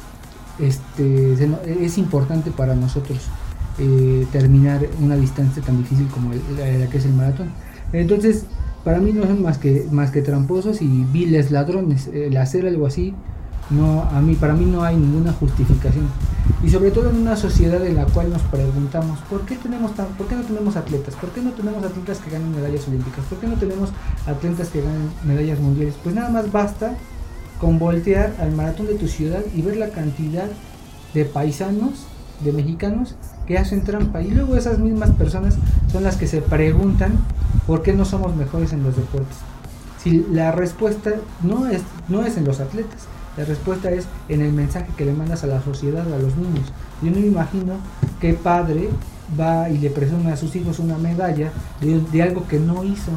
este, se, es importante para nosotros eh, terminar una distancia tan difícil como el, la, la que es el maratón. Entonces, para mí no son más que, más que tramposos y viles ladrones. El hacer algo así, no, a mí, para mí no hay ninguna justificación. Y sobre todo en una sociedad en la cual nos preguntamos ¿por qué, tenemos tan, ¿por qué no tenemos atletas? ¿Por qué no tenemos atletas que ganen medallas olímpicas? ¿Por qué no tenemos atletas que ganen medallas mundiales? Pues nada más basta con voltear al maratón de tu ciudad y ver la cantidad de paisanos, de mexicanos que hacen trampa, y luego esas mismas personas son las que se preguntan por qué no somos mejores en los deportes. Si la respuesta no es, no es en los atletas, la respuesta es en el mensaje que le mandas a la sociedad, a los niños. Yo no me imagino qué padre va y le presume a sus hijos una medalla de, de algo que no hizo.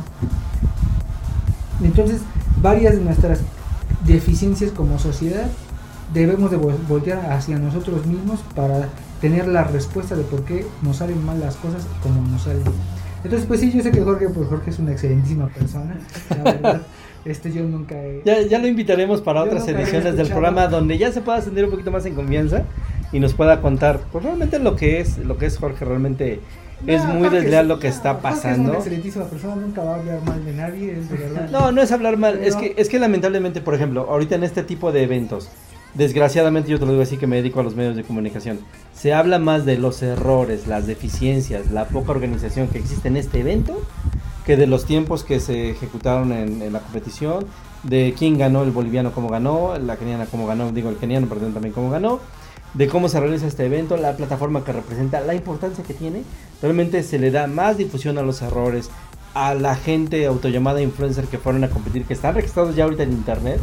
Entonces, varias de nuestras deficiencias como sociedad debemos de voltear hacia nosotros mismos para tener la respuesta de por qué nos salen mal las cosas como nos salen. Entonces, pues sí, yo sé que Jorge, pues Jorge es una excelentísima persona, la verdad. Este yo nunca he... Ya, ya lo invitaremos para Yo otras nunca ediciones del programa donde ya se pueda sentir un poquito más en confianza y nos pueda contar, pues realmente lo que es, lo que es Jorge, realmente no, es muy Jorge, desleal lo que no, está Jorge pasando. Es una excelentísima persona, nunca va a hablar mal de nadie, es de verdad. No, no es hablar mal, Pero... es que es que lamentablemente, por ejemplo, ahorita en este tipo de eventos, desgraciadamente yo te lo digo así que me dedico a los medios de comunicación, se habla más de los errores, las deficiencias, la poca organización que existe en este evento que de los tiempos que se ejecutaron en, en la competición de quién ganó, el boliviano cómo ganó, la keniana cómo ganó, digo el keniano, perdón, también cómo ganó, de cómo se realiza este evento, la plataforma que representa, la importancia que tiene. Realmente se le da más difusión a los errores, a la gente autollamada influencer que fueron a competir, que están registrados ya ahorita en internet.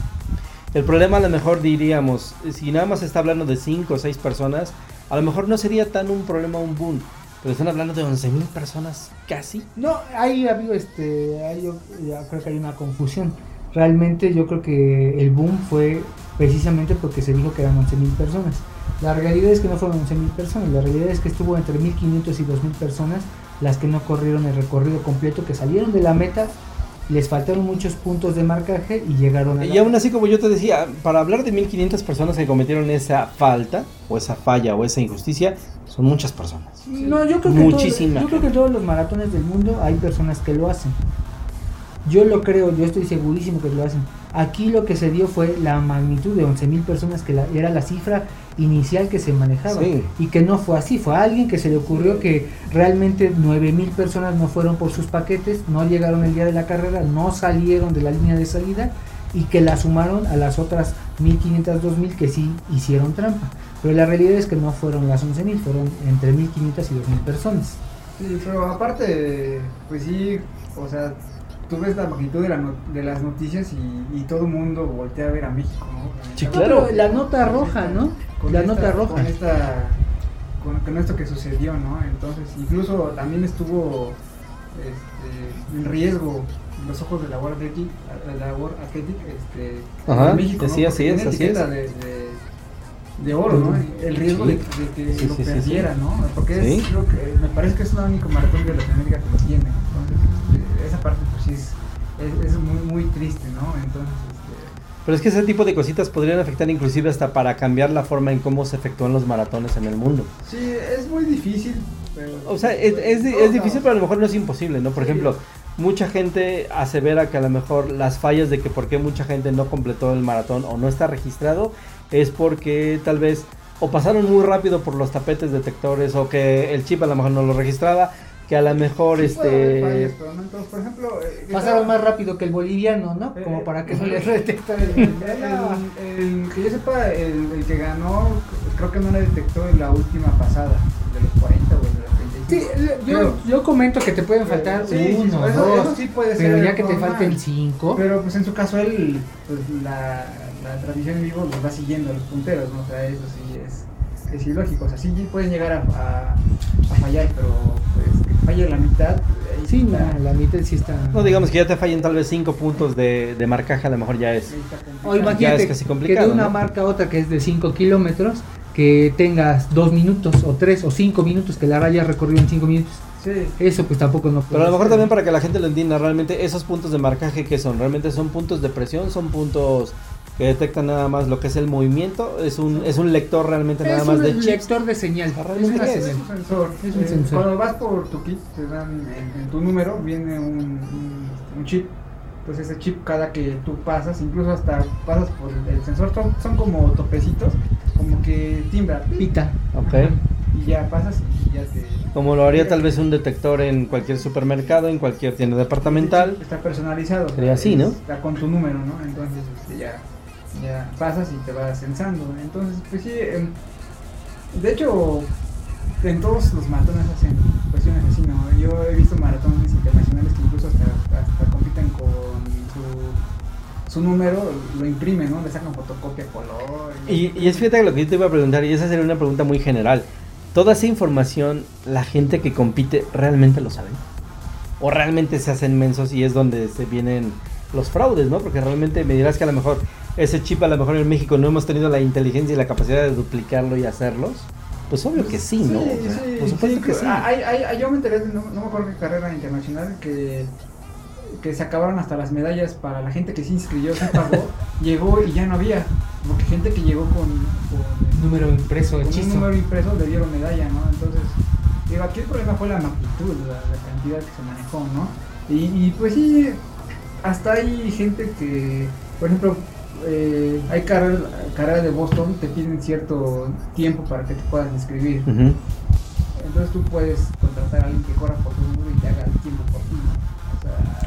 El problema a lo mejor diríamos, si nada más se está hablando de cinco o seis personas, a lo mejor no sería tan un problema, un boom. Pero están hablando de once mil personas casi. No, ahí amigo, este, ahí yo, yo creo que hay una confusión. Realmente yo creo que el boom fue precisamente porque se dijo que eran once mil personas. La realidad es que no fueron once mil personas, la realidad es que estuvo entre mil quinientos y dos mil personas las que no corrieron el recorrido completo, que salieron de la meta, les faltaron muchos puntos de marcaje y llegaron a Y aún así, como yo te decía, para hablar de mil quinientas personas que cometieron esa falta, o esa falla, o esa injusticia, son muchas personas. No, yo creo que Muchísima. todo, yo creo que en todos los maratones del mundo hay personas que lo hacen. Yo lo creo, yo estoy segurísimo que lo hacen. Aquí lo que se dio fue la magnitud de once mil personas, que la, era la cifra inicial que se manejaba. Sí. Y que no fue así, fue a alguien que se le ocurrió que realmente nueve mil personas no fueron por sus paquetes, no llegaron el día de la carrera, no salieron de la línea de salida y que la sumaron a las otras mil quinientas, dos mil que sí hicieron trampa. Pero la realidad es que no fueron las once mil, fueron entre mil quinientas y dos mil personas. Sí, pero aparte, pues sí, o sea, tú ves la magnitud de, la no, de las noticias y, y todo el mundo voltea a ver a México, ¿no? Sí, No, claro. pero la nota roja, ¿no? Con La esta- nota roja. Con, esta, con, con esto que sucedió, ¿no? Entonces, incluso también estuvo este, en riesgo los ojos de la World Athletic, la World Athletic este, Ajá, en México, sí, ¿no? así Porque es, tiene así etiqueta es. De, de, de oro, ¿no? El riesgo Sí. de, de que Sí, lo sí, sí, perdiera, sí. ¿no? Porque Sí. es, creo que, me parece que es el único maratón de Latinoamérica que lo tiene. Entonces, este, esa parte, pues sí, es, es, es muy, muy triste, ¿no? Entonces, este, Pero es que ese tipo de cositas podrían afectar inclusive hasta para cambiar la forma en cómo se efectúan los maratones en el mundo. sí, es muy difícil. Pero, O sea, es, es, no, es difícil, no. pero a lo mejor no es imposible, ¿no? Por Sí. ejemplo, mucha gente asevera que a lo mejor las fallas de que por qué mucha gente no completó el maratón o no está registrado es porque tal vez o pasaron muy rápido por los tapetes detectores o que el chip a lo mejor no lo registraba, que a lo mejor Sí puede haber este... fallas, pero no en todos. Por ejemplo, eh, que Pasaron estaba- más rápido que el boliviano, ¿no? Eh, Como para que no eh, les detectara el... el, el- el- que yo sepa, el, el que ganó, creo que no le detectó en la última pasada, de los cuarenta o de los treinta y Sí, cinco. yo, Pero- yo comento que te pueden faltar Sí, sí, uno, eso- dos, eso sí puede pero ser ya que te normal. falten cinco. Pero pues en su caso él, pues la, la tradición en vivo los va siguiendo a los punteros, ¿no? O sea, eso sí es, es ilógico. O sea, sí pueden llegar a, a, a fallar, pero pues que falle la mitad. Ahí Sí, está- no, la mitad sí está... No, digamos que ya te fallen tal vez cinco puntos de, de marcaje, a lo mejor ya es... ahí está complicado. O imagínate Ya es casi que complicado, de una ¿no? marca a otra que es de cinco kilómetros, que tengas dos minutos o tres o cinco minutos, que la hayas recorrido en cinco minutos. Sí. Eso pues tampoco no Pero a lo puede mejor ser. también para que la gente lo entienda, realmente esos puntos de marcaje que son, realmente son puntos de presión, son puntos que detectan nada más lo que es el movimiento, es un, es un lector realmente nada Es más un de chips. lector de señal. Ah, Es realmente una ¿qué es? Es señal. un sensor. Es un Eh, sensor. Cuando vas por tu kit, te dan en, en tu número, viene un, un, un chip. Entonces ese chip cada que tú pasas, incluso hasta pasas por el, el sensor, son, son como topecitos, como que timbra, pi, Pita. Ok. y ya pasas y ya te... Como lo haría tal vez un detector en cualquier supermercado, en cualquier tienda departamental. Está personalizado. Sería así, ¿no? Está con tu número, ¿no? Entonces este, ya, ya pasas y te vas censando. Entonces, pues sí, em, de hecho, en todos los maratones hacen cuestiones así, ¿no? Yo he visto maratones internacionales que incluso hasta, hasta compiten con su, su número, lo imprimen, ¿no? Le sacan fotocopia color. Y, y es fíjate lo que yo te iba a preguntar, y esa sería una pregunta muy general. ¿Toda esa información, la gente que compite, realmente lo sabe? ¿O realmente se hacen mensos y es donde se vienen los fraudes, ¿no? Porque realmente me dirás que a lo mejor ese chip, a lo mejor en México no hemos tenido la inteligencia y la capacidad de duplicarlo y hacerlos. Pues obvio que sí, ¿no? O sea, sí, por supuesto sí, que sí. ah, hay- hay- yo me enteré, de- no, no me acuerdo qué carrera internacional, que, que se acabaron hasta las medallas para la gente que se inscribió, se pagó, llegó y ya no había. Porque gente que llegó con, con, Número impreso, con un hechizo. número impreso le dieron medalla, ¿no? Entonces, digo, aquí el problema fue la magnitud, la, la cantidad que se manejó, ¿no? Y, y pues sí, hasta hay gente que, por ejemplo, eh, hay carreras, carreras de Boston, te piden cierto tiempo para que te puedas inscribir. Ujú. Entonces tú puedes contratar a alguien que corra por tu número y te haga el tiempo por ti, ¿no? O sea,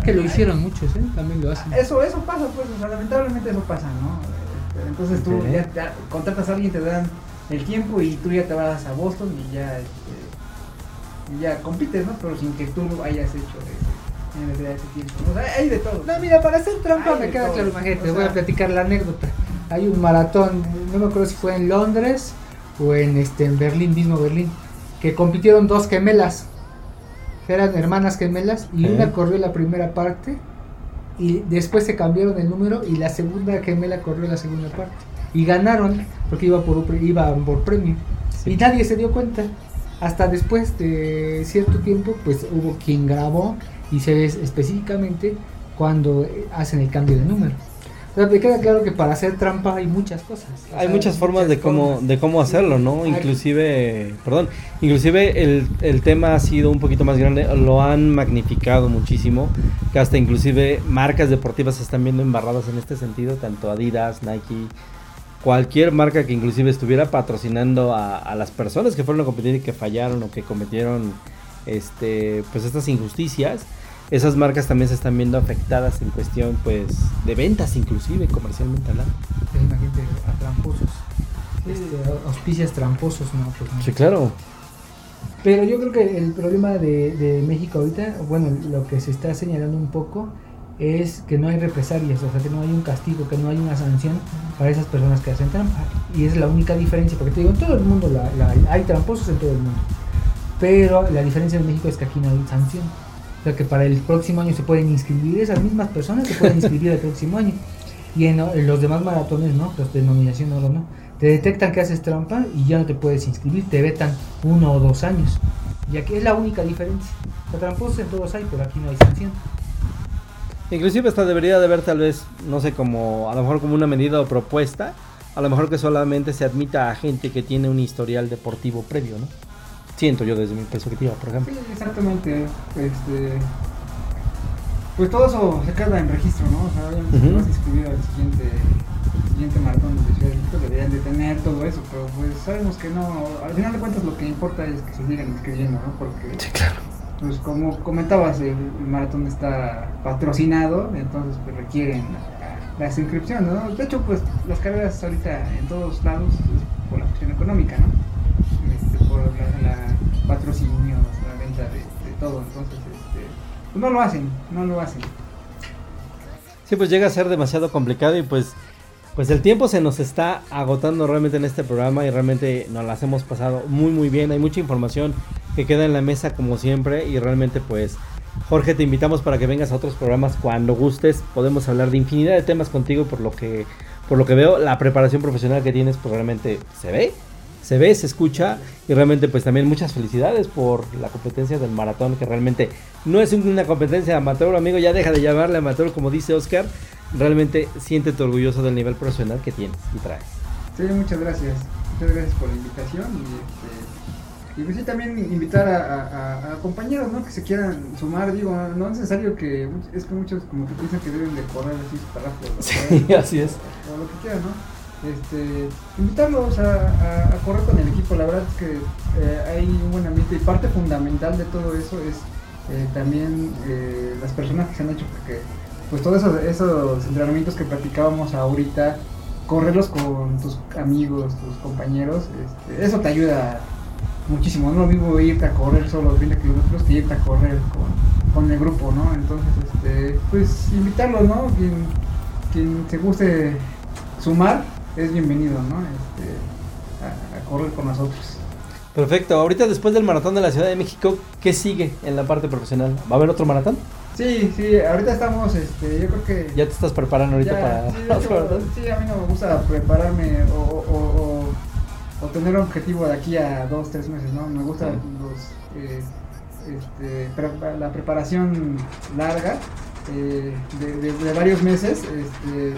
Que lo hicieron muchos, ¿eh? También lo hacen. Eso, eso pasa, pues, o sea, lamentablemente eso pasa, ¿no? Este, Entonces tú Ok. ya, ya contratas a alguien, te dan el tiempo y tú ya te vas a Boston y ya, este, y ya compites, ¿no? Pero sin que tú lo hayas hecho ese, en realidad ese tiempo. O sea, hay de todo. No, mira, para hacer trampa Hay me de queda todo. claro, imagínate, O les voy a sea- platicar la anécdota. Hay un maratón, no me acuerdo si fue en Londres o en este en Berlín, mismo Berlín, que compitieron dos gemelas. Eran hermanas gemelas y Ok. una corrió la primera parte y después se cambiaron el número y la segunda gemela corrió la segunda parte. Y ganaron porque iba por, un pre- iba por premio. Sí. Y nadie se dio cuenta. Hasta después de cierto tiempo, pues hubo quien grabó y se ve específicamente cuando eh, hacen el cambio de número. O sea, me queda claro que para hacer trampa hay muchas cosas. O Hay sea, muchas formas de cómo formas. de cómo hacerlo, ¿no? Hay- Inclusive, perdón, inclusive el, el tema ha sido un poquito más grande, lo han magnificado muchísimo, que hasta inclusive marcas deportivas se están viendo embarradas en este sentido, tanto Adidas, Nike, cualquier marca que inclusive estuviera patrocinando a, a las personas que fueron a competir y que fallaron o que cometieron este pues estas injusticias. Esas marcas también se están viendo afectadas en cuestión pues de ventas, inclusive comercialmente hablando. Eh, Imagínate a tramposos. Este, auspicias tramposos, no, pues no. Sí, claro. Pero yo creo que el problema de, de México ahorita, bueno, lo que se está señalando un poco es que no hay represalias, o sea, que no hay un castigo, que no hay una sanción para esas personas que hacen trampa. Y es la única diferencia, porque te digo, en todo el mundo la, la- hay tramposos en todo el mundo. Pero la diferencia en México es que aquí no hay sanción. O sea, que para el próximo año se pueden inscribir, esas mismas personas se pueden inscribir el próximo año. Y en, en los demás maratones, ¿no? Los de denominación oro, ¿no? Te detectan que haces trampa y ya no te puedes inscribir, te vetan uno o dos años. Y aquí es la única diferencia. O sea, tramposos en todos hay, pero aquí no hay sanción. Inclusive hasta debería de haber tal vez, no sé, como a lo mejor como una medida o propuesta, a lo mejor que solamente se admita a gente que tiene un historial deportivo previo, ¿no? Siento yo desde mi perspectiva, por ejemplo. Sí, exactamente. Este, pues todo eso se queda en registro, ¿no? O sea, obviamente si Ujú. vas a inscribir al siguiente, siguiente maratón de Ciudad de México, deberían de tener todo eso, pero pues sabemos que no. Al final de cuentas lo que importa es que se sigan inscribiendo, ¿no? Porque, Sí, claro. pues como comentabas, el, el maratón está patrocinado, entonces pues requieren la, las inscripciones, ¿no? De hecho, pues las carreras ahorita en todos lados es por la cuestión económica, ¿no? Este, por la, la patrocinio, la venta de, de todo, entonces este, pues no lo hacen, no lo hacen. Sí, pues llega a ser demasiado complicado y pues, pues el tiempo se nos está agotando realmente en este programa y realmente nos las hemos pasado muy muy bien. Hay mucha información que queda en la mesa como siempre y realmente pues Jorge, te invitamos para que vengas a otros programas cuando gustes. Podemos hablar de infinidad de temas contigo por lo que, por lo que veo, la preparación profesional que tienes pues realmente se ve. Se ve, se escucha y realmente pues también muchas felicidades por la competencia del maratón, que realmente no es una competencia amateur, amigo, ya deja de llamarle amateur como dice Oscar, realmente siéntete orgulloso del nivel profesional que tienes y traes. Sí, muchas gracias, muchas gracias por la invitación y, este, y pues sí también invitar a, a- a compañeros, ¿no? Que se quieran sumar, digo, no es necesario que, es que muchos como que piensan que deben de correr así súper rápido, ¿no? Sí, así es. O lo que quieran, ¿no? Este, invitarlos a, a- a correr con el equipo, la verdad es que eh, hay un buen ambiente y parte fundamental de todo eso es eh, también eh, las personas que se han hecho, porque pues todos esos, esos entrenamientos que platicábamos ahorita, correrlos con tus amigos, tus compañeros, este, eso te ayuda muchísimo, no es lo mismo irte a correr solo veinte kilómetros que irte a correr con, con el grupo, ¿no? Entonces, este, pues invitarlos, ¿no? Quien, quien se guste sumar es bienvenido, ¿no? Este, a, a correr con nosotros. Perfecto, ahorita después del maratón de la Ciudad de México, ¿qué sigue en la parte profesional? ¿Va a haber otro maratón? Sí, sí, ahorita estamos, este, yo creo que... ¿Ya te estás preparando ahorita ya, para sí, de otro hecho, maratón? sí, a mí no me gusta prepararme o, o, o, o tener un objetivo de aquí a dos, tres meses, ¿no? Me gusta Claro. los, eh, este, pre- la preparación larga eh, de, de- de varios meses. Este,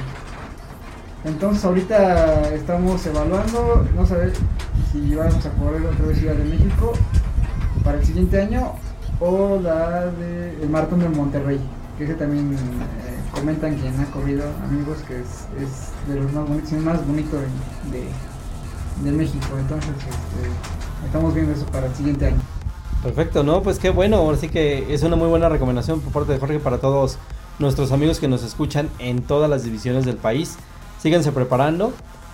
entonces ahorita estamos evaluando, no sé si vamos a correr otra vez Ciudad de México para el siguiente año o la de el maratón de Monterrey, que ese también eh, comentan quien ha corrido, amigos, que es, es de los más bonitos, es el más bonito de, de, de México. Entonces este, estamos viendo eso para el siguiente año. Perfecto, ¿no? Pues qué bueno, ahora sí que es una muy buena recomendación por parte de Jorge para todos nuestros amigos que nos escuchan en todas las divisiones del país. Síganse preparando,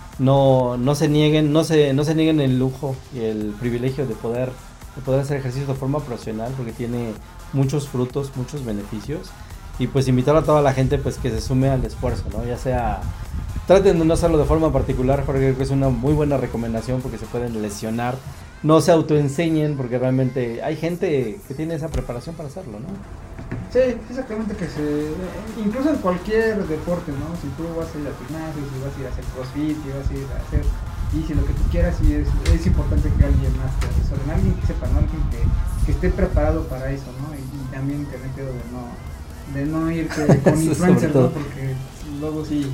no, no se nieguen, no se, no se nieguen el lujo y el privilegio de poder, de poder hacer ejercicio de forma profesional, porque tiene muchos frutos, muchos beneficios. Y pues invitar a toda la gente pues que se sume al esfuerzo, ¿no? Ya sea, traten de no hacerlo de forma particular, Jorge, creo que es una muy buena recomendación porque se pueden lesionar. No se autoenseñen porque realmente hay gente que tiene esa preparación para hacerlo, ¿no? Sí, exactamente, que se... Incluso en cualquier deporte, ¿no? Si tú vas a ir a gimnasio, si vas a ir a hacer crossfit, si vas a ir a hacer bici, lo que tú quieras, sí es, es importante que alguien más te asesore, alguien que sepa, ¿no? Alguien que, que esté preparado para eso, ¿no? Y, y también tener cuidado de no, de no irte con influencers, ¿no? Porque luego sí,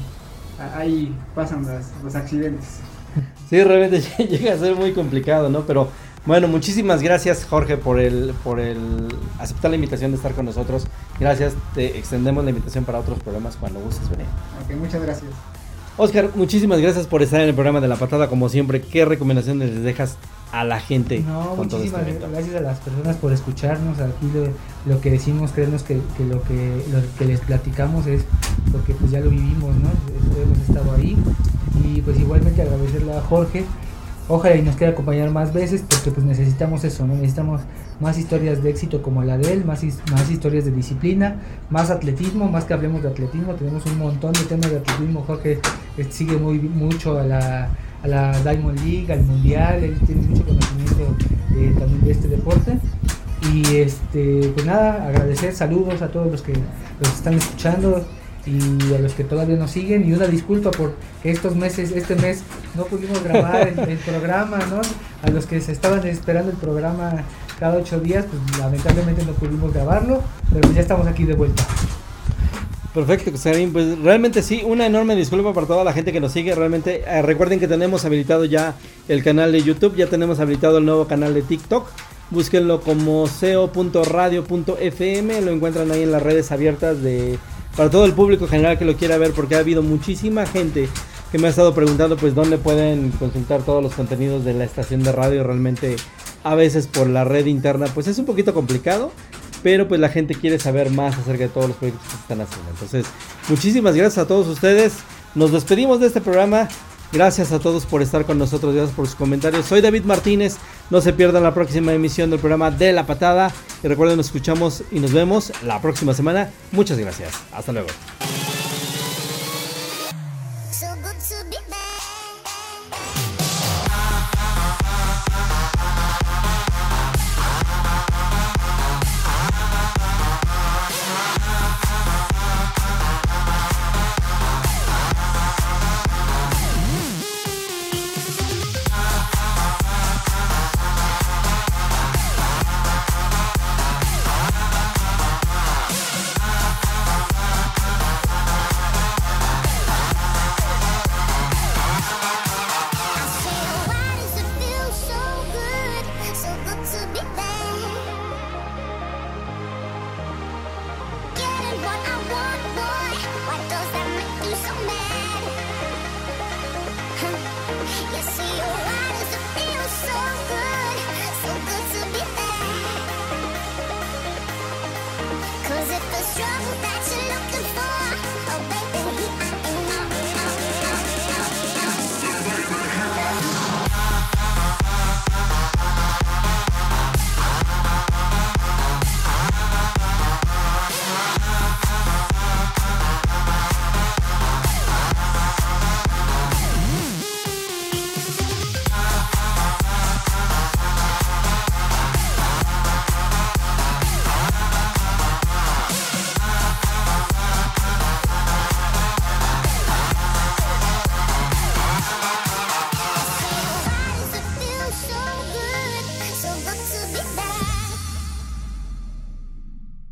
ahí pasan las, los accidentes. Sí, realmente llega a ser muy complicado, ¿no? Pero bueno, muchísimas gracias, Jorge, por el por el aceptar la invitación de estar con nosotros. Gracias, te extendemos la invitación para otros programas cuando gustes venir. Ok, muchas gracias. Oscar, muchísimas gracias por estar en el programa de La Patada, como siempre. ¿Qué recomendaciones les dejas a la gente? No, con todo muchísimas este gracias a las personas por escucharnos. Aquí lo, lo que decimos, creemos que, que, lo que lo que les platicamos es porque pues ya lo vivimos, ¿no? Hemos estado ahí. Y pues igualmente agradecerle a Jorge. Ojalá y nos quiera acompañar más veces porque pues necesitamos eso, ¿no? Necesitamos más historias de éxito como la de él, más, más historias de disciplina, más atletismo, más que hablemos de atletismo. Tenemos un montón de temas de atletismo. Jorge sigue muy mucho a la, a la Diamond League, al Mundial, él tiene mucho conocimiento eh, también de este deporte. Y este pues nada, agradecer, saludos a todos los que los están escuchando y a los que todavía nos siguen, y una disculpa por que estos meses, este mes no pudimos grabar el, el programa, ¿no? A los que se estaban esperando el programa cada ocho días, pues lamentablemente no pudimos grabarlo, pero pues ya estamos aquí de vuelta. Perfecto, Karim, pues realmente sí, una enorme disculpa para toda la gente que nos sigue. Realmente eh, recuerden que tenemos habilitado ya el canal de YouTube, ya tenemos habilitado el nuevo canal de TikTok. Búsquenlo como seo punto radio punto f m, lo encuentran ahí en las redes abiertas de para todo el público general que lo quiera ver, porque ha habido muchísima gente que me ha estado preguntando pues dónde pueden consultar todos los contenidos de la estación de radio. Realmente a veces por la red interna pues es un poquito complicado, pero pues la gente quiere saber más acerca de todos los proyectos que se están haciendo. Entonces, muchísimas gracias a todos ustedes. Nos despedimos de este programa. Gracias a todos por estar con nosotros, gracias por sus comentarios. Soy David Martínez, no se pierdan la próxima emisión del programa de La Patada. Y recuerden, nos escuchamos y nos vemos la próxima semana. Muchas gracias, hasta luego. So good to be back. Cause if there's trouble that you're looking for, oh baby, he